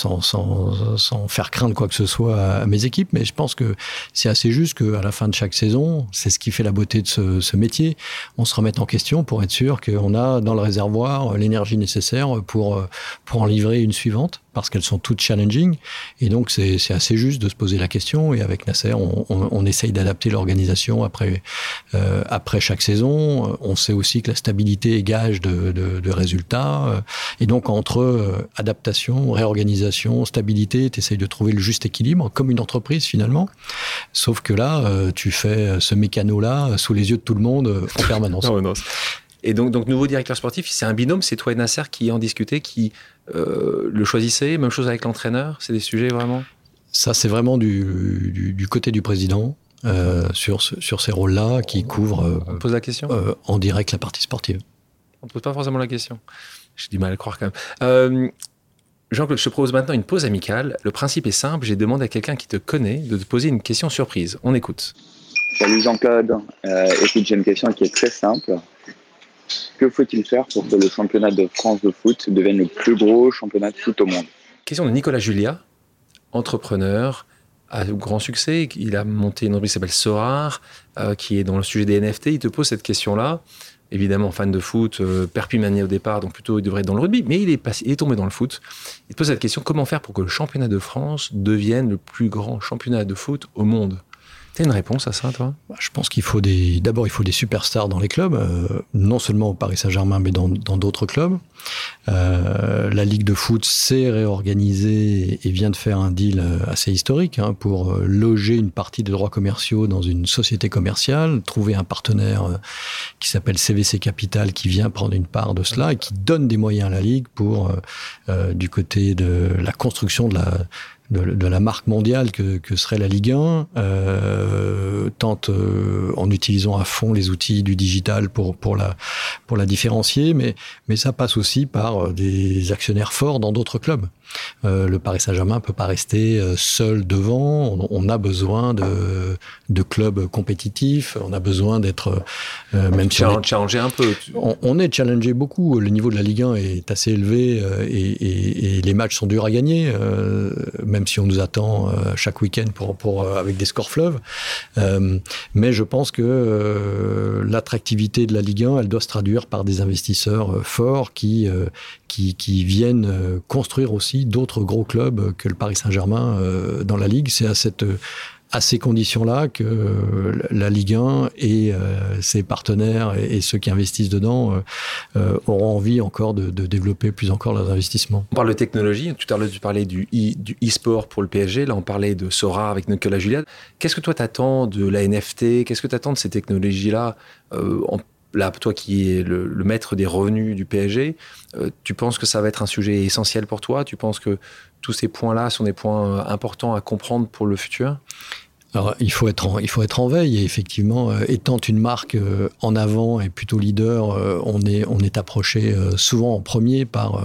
Speaker 1: sans faire craindre quoi que ce soit à mes équipes. Mais je pense que c'est assez juste qu'à la fin de chaque saison, c'est ce qui fait la beauté de ce métier. On se remette en question pour être sûr qu'on a dans le réservoir l'énergie nécessaire pour en livrer une suivante, parce qu'elles sont toutes challenging. Et donc, c'est assez juste de se poser la question. Et avec Nasser, on essaye d'adapter l'organisation après chaque saison. On sait aussi que la stabilité est gage de résultats. Et donc, entre adaptation, réorganisation, stabilité, tu essayes de trouver le juste équilibre, comme une entreprise finalement. Sauf que là, tu fais ce mécano-là sous les yeux de tout le monde en permanence.
Speaker 2: Non. Et donc, nouveau directeur sportif, c'est un binôme, c'est toi et Nasser qui en discutaient, qui le choisissez. Même chose avec l'entraîneur, c'est des sujets vraiment ?
Speaker 1: Ça, c'est vraiment du côté du président, sur ces rôles-là qui couvrent
Speaker 2: on pose la question
Speaker 1: en direct la partie sportive.
Speaker 2: On ne pose pas forcément la question. J'ai du mal à le croire quand même. Jean-Claude, je te propose maintenant une pause amicale. Le principe est simple, j'ai demandé à quelqu'un qui te connaît de te poser une question surprise. On écoute.
Speaker 3: Salut Jean-Claude, écoute, j'ai une question qui est très simple. Que faut-il faire pour que le championnat de France de foot devienne le plus gros championnat de foot au monde ?
Speaker 2: Question de Nicolas Julia, entrepreneur à grand succès. Il a monté une entreprise qui s'appelle Sorar, qui est dans le sujet des NFT. Il te pose cette question-là. Évidemment, fan de foot, perpignan au départ, donc plutôt il devrait être dans le rugby, mais il est tombé dans le foot. Il te pose cette question, comment faire pour que le championnat de France devienne le plus grand championnat de foot au monde ? T'as une réponse à ça, toi ?
Speaker 1: Je pense qu'il faut d'abord des superstars dans les clubs, non seulement au Paris Saint-Germain, mais dans d'autres clubs. La Ligue de foot s'est réorganisée et vient de faire un deal assez historique pour loger une partie des droits commerciaux dans une société commerciale, trouver un partenaire qui s'appelle CVC Capital qui vient prendre une part de cela et qui donne des moyens à la Ligue pour, du côté de la construction de la marque mondiale que serait la Ligue 1, tente en utilisant à fond les outils du digital pour la différencier, mais ça passe aussi par des actionnaires forts dans d'autres clubs. Le Paris Saint-Germain peut pas rester seul devant. On a besoin de clubs compétitifs. On a besoin d'être même
Speaker 2: challenger un peu.
Speaker 1: On est challengé beaucoup. Le niveau de la Ligue 1 est assez élevé et les matchs sont durs à gagner, même si on nous attend chaque week-end avec des scores fleuves. Mais je pense que l'attractivité de la Ligue 1, elle doit se traduire par des investisseurs forts qui viennent construire aussi d'autres gros clubs que le Paris Saint-Germain dans la Ligue. C'est à ces conditions-là que la Ligue 1 et ses partenaires et ceux qui investissent dedans auront envie encore de développer plus encore leurs investissements.
Speaker 2: On parle de technologie. Tout à l'heure, tu parlais du e-sport pour le PSG. Là, on parlait de Sora avec Nicolas Julia. Qu'est-ce que toi, t'attends de la NFT ? Qu'est-ce que t'attends de ces technologies-là Là, toi qui es le maître des revenus du PSG, tu penses que ça va être un sujet essentiel pour toi ? Tu penses que tous ces points-là sont des points importants à comprendre pour le futur ?
Speaker 1: Alors, il faut être en veille et effectivement, étant une marque en avant et plutôt leader, on est approché souvent en premier par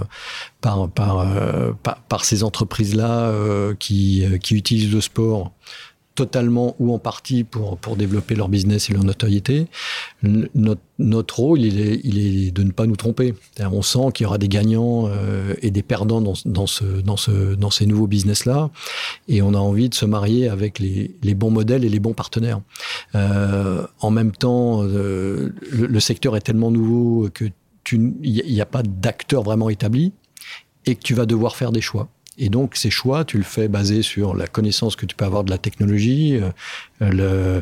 Speaker 1: ces entreprises-là qui utilisent le sport totalement ou en partie pour développer leur business et leur notoriété. Notre rôle, il est de ne pas nous tromper. C'est-à-dire, on sent qu'il y aura des gagnants et des perdants dans ces nouveaux business-là, et on a envie de se marier avec les bons modèles et les bons partenaires. En même temps, le secteur est tellement nouveau que il n'y a pas d'acteur vraiment établi et que tu vas devoir faire des choix. Et donc, ces choix, tu le fais basé sur la connaissance que tu peux avoir de la technologie, le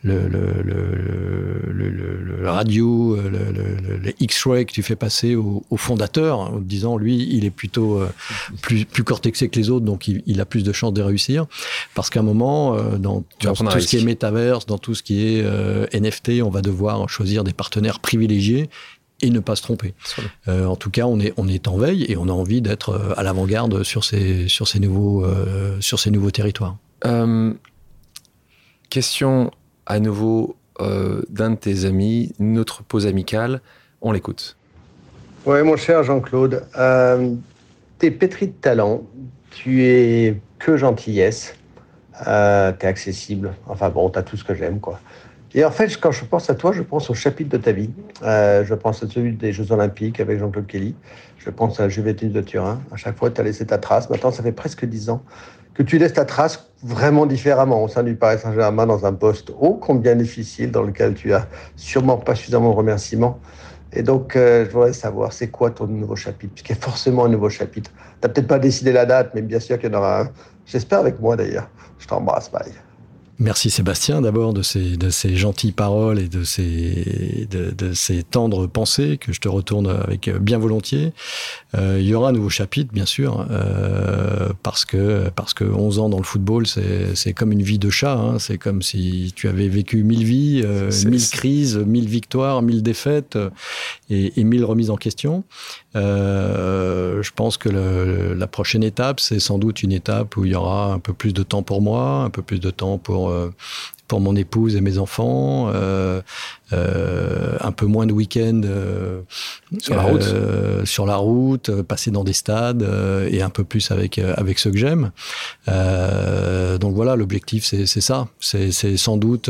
Speaker 1: radio, le X-ray que tu fais passer au fondateur, en te disant, lui, il est plutôt plus cortexé que les autres, donc il a plus de chances de réussir. Parce qu'à un moment, dans tout ce qui est métaverse, dans tout ce qui est NFT, on va devoir choisir des partenaires privilégiés et ne pas se tromper. En tout cas, on est en veille et on a envie d'être à l'avant-garde sur ces nouveaux territoires.
Speaker 2: Question à nouveau d'un de tes amis, une autre pause amicale. On l'écoute.
Speaker 4: Oui, mon cher Jean-Claude, t'es pétri de talent, tu es que gentillesse, t'es accessible, enfin bon, t'as tout ce que j'aime, quoi. Et en fait, quand je pense à toi, je pense au chapitre de ta vie. Je pense à celui des Jeux Olympiques avec Jean-Claude Kelly. Je pense à la Juventus de Turin. À chaque fois, tu as laissé ta trace. Maintenant, ça fait presque 10 ans que tu laisses ta trace vraiment différemment au sein du Paris Saint-Germain dans un poste ô combien difficile dans lequel tu as sûrement pas suffisamment de remerciements. Et donc, je voudrais savoir, c'est quoi ton nouveau chapitre? Puisqu'il y a forcément un nouveau chapitre. Tu n'as peut-être pas décidé la date, mais bien sûr qu'il y en aura un. J'espère avec moi, d'ailleurs. Je t'embrasse, bye.
Speaker 1: Merci Sébastien d'abord de ces gentilles paroles et de ces tendres pensées que je te retourne avec bien volontiers. Il y aura un nouveau chapitre bien sûr parce que 11 ans dans le football c'est comme une vie de chat, hein. C'est comme si tu avais vécu 1000 vies, 1000 crises, 1000 victoires, 1000 défaites et 1000 remises en question. Je pense que la prochaine étape, c'est sans doute une étape où il y aura un peu plus de temps pour moi, un peu plus de temps pour mon épouse et mes enfants, un peu moins de week-end sur la route, passer dans des stades et un peu plus avec ceux que j'aime. Donc voilà, l'objectif c'est ça, c'est sans doute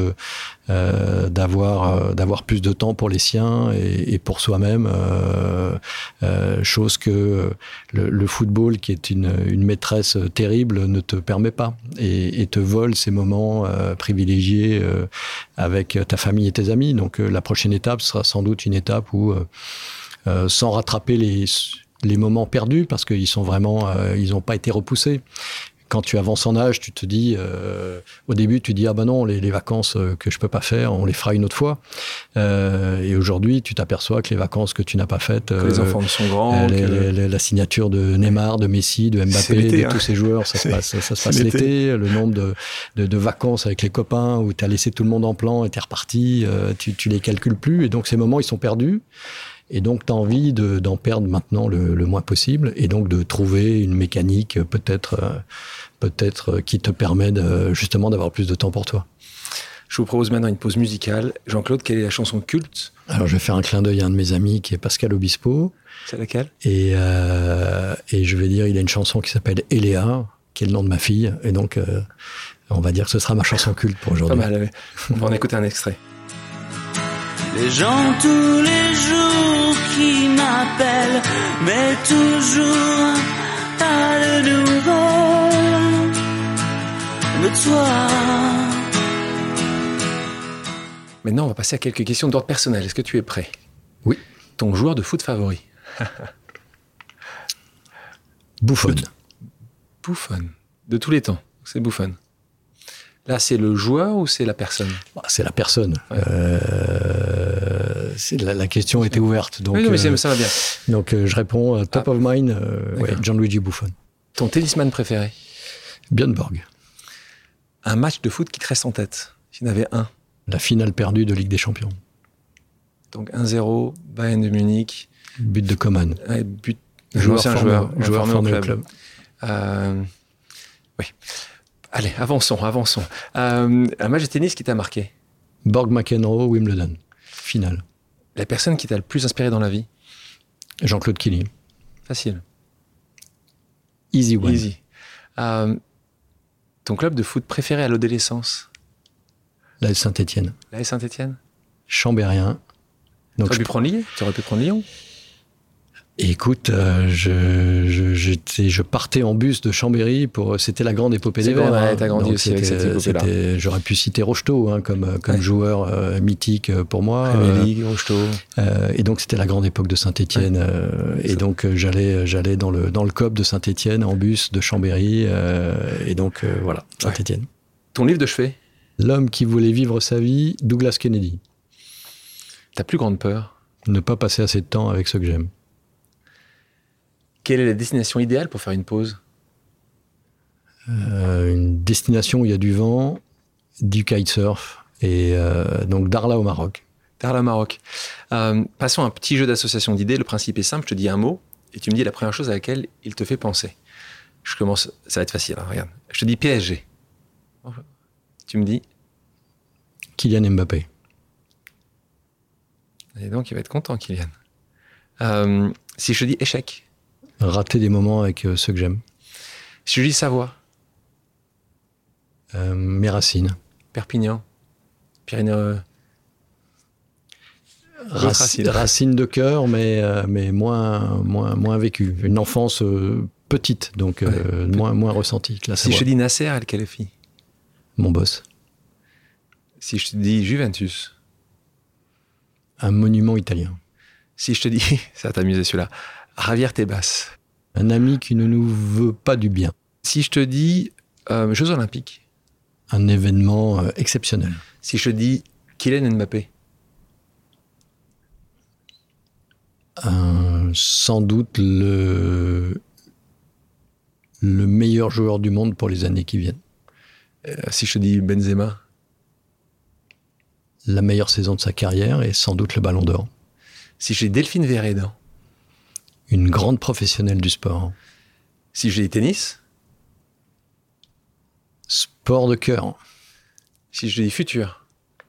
Speaker 1: d'avoir plus de temps pour les siens et pour soi-même, chose que le football, qui est une maîtresse terrible, ne te permet pas et te vole ces moments privilégiés avec ta famille et tes amis. Donc la prochaine étape sera sans doute une étape où, sans rattraper les moments perdus, parce qu'ils sont vraiment, ils n'ont pas été repoussés. Quand tu avances en âge, tu te dis, au début, tu dis, ah ben non, les vacances que je peux pas faire, on les fera une autre fois. Et aujourd'hui, tu t'aperçois que les vacances que tu n'as pas faites,
Speaker 2: que les enfants sont grands,
Speaker 1: la signature de Neymar, de Messi, de Mbappé, tous ces joueurs, ça se passe l'été. Le nombre de vacances avec les copains où tu as laissé tout le monde en plan et t'es reparti, tu les calcules plus. Et donc, ces moments, ils sont perdus. Et donc, tu as envie d'en perdre maintenant le moins possible, et donc de trouver une mécanique peut-être qui te permet justement d'avoir plus de temps pour toi.
Speaker 2: Je vous propose maintenant une pause musicale. Jean-Claude, quelle est la chanson culte?
Speaker 1: Alors, je vais faire un clin d'œil à un de mes amis qui est Pascal Obispo.
Speaker 2: C'est laquelle? Et
Speaker 1: je vais dire, il a une chanson qui s'appelle Eléa, qui est le nom de ma fille. Et donc, on va dire que ce sera ma chanson culte pour aujourd'hui.
Speaker 2: Pas mal, on va en écouter un extrait.
Speaker 5: Les gens tous les jours qui m'appellent, mais toujours pas de nouvelles de toi.
Speaker 2: Maintenant, on va passer à quelques questions d'ordre personnel. Est-ce que tu es prêt?
Speaker 1: Oui.
Speaker 2: Ton joueur de foot favori?
Speaker 1: Buffon.
Speaker 2: Buffon. De tous les temps, c'est Buffon. Là, c'est le joueur ou c'est la personne?
Speaker 1: C'est la personne. Ouais. La question était ouverte. Donc,
Speaker 2: oui, mais ça va bien.
Speaker 1: Donc, je réponds top of mind, Gianluigi Buffon.
Speaker 2: Ton tennisman préféré?
Speaker 1: Björn Borg.
Speaker 2: Un match de foot qui te reste en tête, s'il y en avait un?
Speaker 1: La finale perdue de Ligue des Champions.
Speaker 2: Donc 1-0, Bayern de Munich.
Speaker 1: But de Coman.
Speaker 2: Ouais, but.
Speaker 1: Joueur formé au club.
Speaker 2: Oui. Allez, avançons. Un match de tennis qui t'a marqué?
Speaker 1: Borg-McEnroe, Wimbledon. Finale.
Speaker 2: La personne qui t'a le plus inspiré dans la vie?
Speaker 1: Jean-Claude Kelly.
Speaker 2: Facile.
Speaker 1: Easy one.
Speaker 2: Easy. Ton club de foot préféré à l'adolescence?
Speaker 1: L'AS Saint-Étienne.
Speaker 2: L'AS Saint-Étienne?
Speaker 1: Chambérien.
Speaker 2: Donc tu aurais pu prendre Lyon.
Speaker 1: Écoute, je partais en bus de Chambéry c'était la grande épopée des Verts.
Speaker 2: Ouais, t'as grandi aussi avec cette épopée-là.
Speaker 1: J'aurais pu citer Rocheteau comme joueur mythique pour moi.
Speaker 2: Premier League, Rocheteau.
Speaker 1: Et donc c'était la grande époque de Saint-Étienne. Ouais. Et donc j'allais dans le COP de Saint-Étienne en bus de Chambéry. Et donc voilà, Saint-Étienne. Ouais.
Speaker 2: Ton livre de chevet?
Speaker 1: L'homme qui voulait vivre sa vie, Douglas Kennedy.
Speaker 2: Ta plus grande peur?
Speaker 1: Ne pas passer assez de temps avec ceux que j'aime.
Speaker 2: Quelle est la destination idéale pour faire une pause?
Speaker 1: Une destination où il y a du vent, du kitesurf, et donc Darla au Maroc.
Speaker 2: Terre le Maroc. Passons à un petit jeu d'association d'idées. Le principe est simple. Je te dis un mot et tu me dis la première chose à laquelle il te fait penser. Je commence. Ça va être facile. Hein, regarde. Je te dis PSG. Tu me dis
Speaker 1: Kylian Mbappé.
Speaker 2: Et donc, il va être content, Kylian. Si je te dis échec.
Speaker 1: Rater des moments avec ceux que j'aime.
Speaker 2: Si je dis Savoie.
Speaker 1: Mes racines.
Speaker 2: Perpignan. Pyrénées.
Speaker 1: Racines de cœur, mais moins vécues. Une enfance petite, donc moins ressentie que la
Speaker 2: Si
Speaker 1: Savoie.
Speaker 2: je te dis Nasser El-Khelaifi.
Speaker 1: Mon boss.
Speaker 2: Si je te dis Juventus.
Speaker 1: Un monument italien.
Speaker 2: Si je te dis, ça va t'amuser celui-là, Javier Tebas.
Speaker 1: Un ami qui ne nous veut pas du bien.
Speaker 2: Si je te dis Jeux Olympiques.
Speaker 1: Un événement exceptionnel.
Speaker 2: Si je te dis Kylian Mbappé.
Speaker 1: Sans doute le meilleur joueur du monde pour les années qui viennent.
Speaker 2: Si je te dis Benzema.
Speaker 1: La meilleure saison de sa carrière et sans doute le Ballon d'Or.
Speaker 2: Si je dis Delphine Veredan.
Speaker 1: Une grande professionnelle du sport.
Speaker 2: Si je dis tennis.
Speaker 1: Sport de cœur.
Speaker 2: Si je dis futur.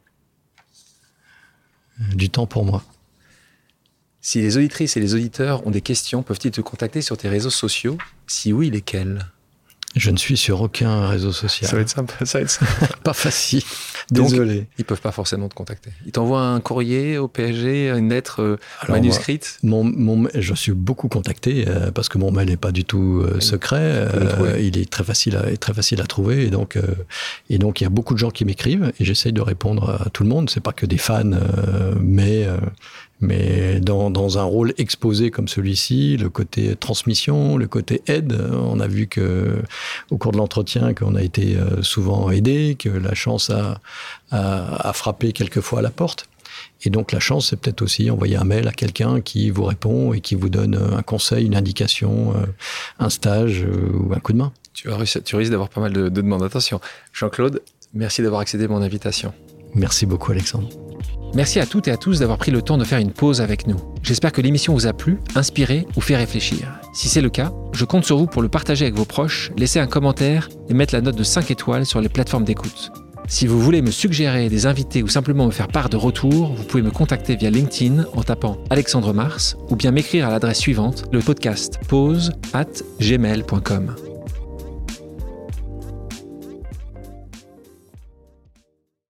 Speaker 1: Du temps pour moi.
Speaker 2: Si les auditrices et les auditeurs ont des questions, peuvent-ils te contacter sur tes réseaux sociaux? Si oui, lesquels?
Speaker 1: Je ne suis sur aucun réseau social.
Speaker 2: Ça va être simple.
Speaker 1: Pas facile.
Speaker 2: Donc,
Speaker 1: Désolé.
Speaker 2: Ils peuvent pas forcément te contacter. Ils t'envoient un courrier au PSG, une lettre manuscrite.
Speaker 1: Je suis beaucoup contacté parce que mon mail n'est pas du tout secret. Il est très facile à trouver. Et donc, il y a beaucoup de gens qui m'écrivent et j'essaye de répondre à tout le monde. C'est pas que des fans, mais dans un rôle exposé comme celui-ci, le côté transmission, le côté aide, on a vu que au cours de l'entretien qu'on a été souvent aidé, que la chance a frappé quelquefois à la porte. Et donc la chance, c'est peut-être aussi envoyer un mail à quelqu'un qui vous répond et qui vous donne un conseil, une indication, un stage ou un coup de main.
Speaker 2: Tu risques d'avoir pas mal de demandes. Attention. Jean-Claude, merci d'avoir accepté mon invitation.
Speaker 1: Merci beaucoup, Alexandre.
Speaker 2: Merci à toutes et à tous d'avoir pris le temps de faire une pause avec nous. J'espère que l'émission vous a plu, inspiré ou fait réfléchir. Si c'est le cas, je compte sur vous pour le partager avec vos proches, laisser un commentaire et mettre la note de 5 étoiles sur les plateformes d'écoute. Si vous voulez me suggérer des invités ou simplement me faire part de retours, vous pouvez me contacter via LinkedIn en tapant Alexandre Mars ou bien m'écrire à l'adresse suivante, le podcast pause@gmail.com.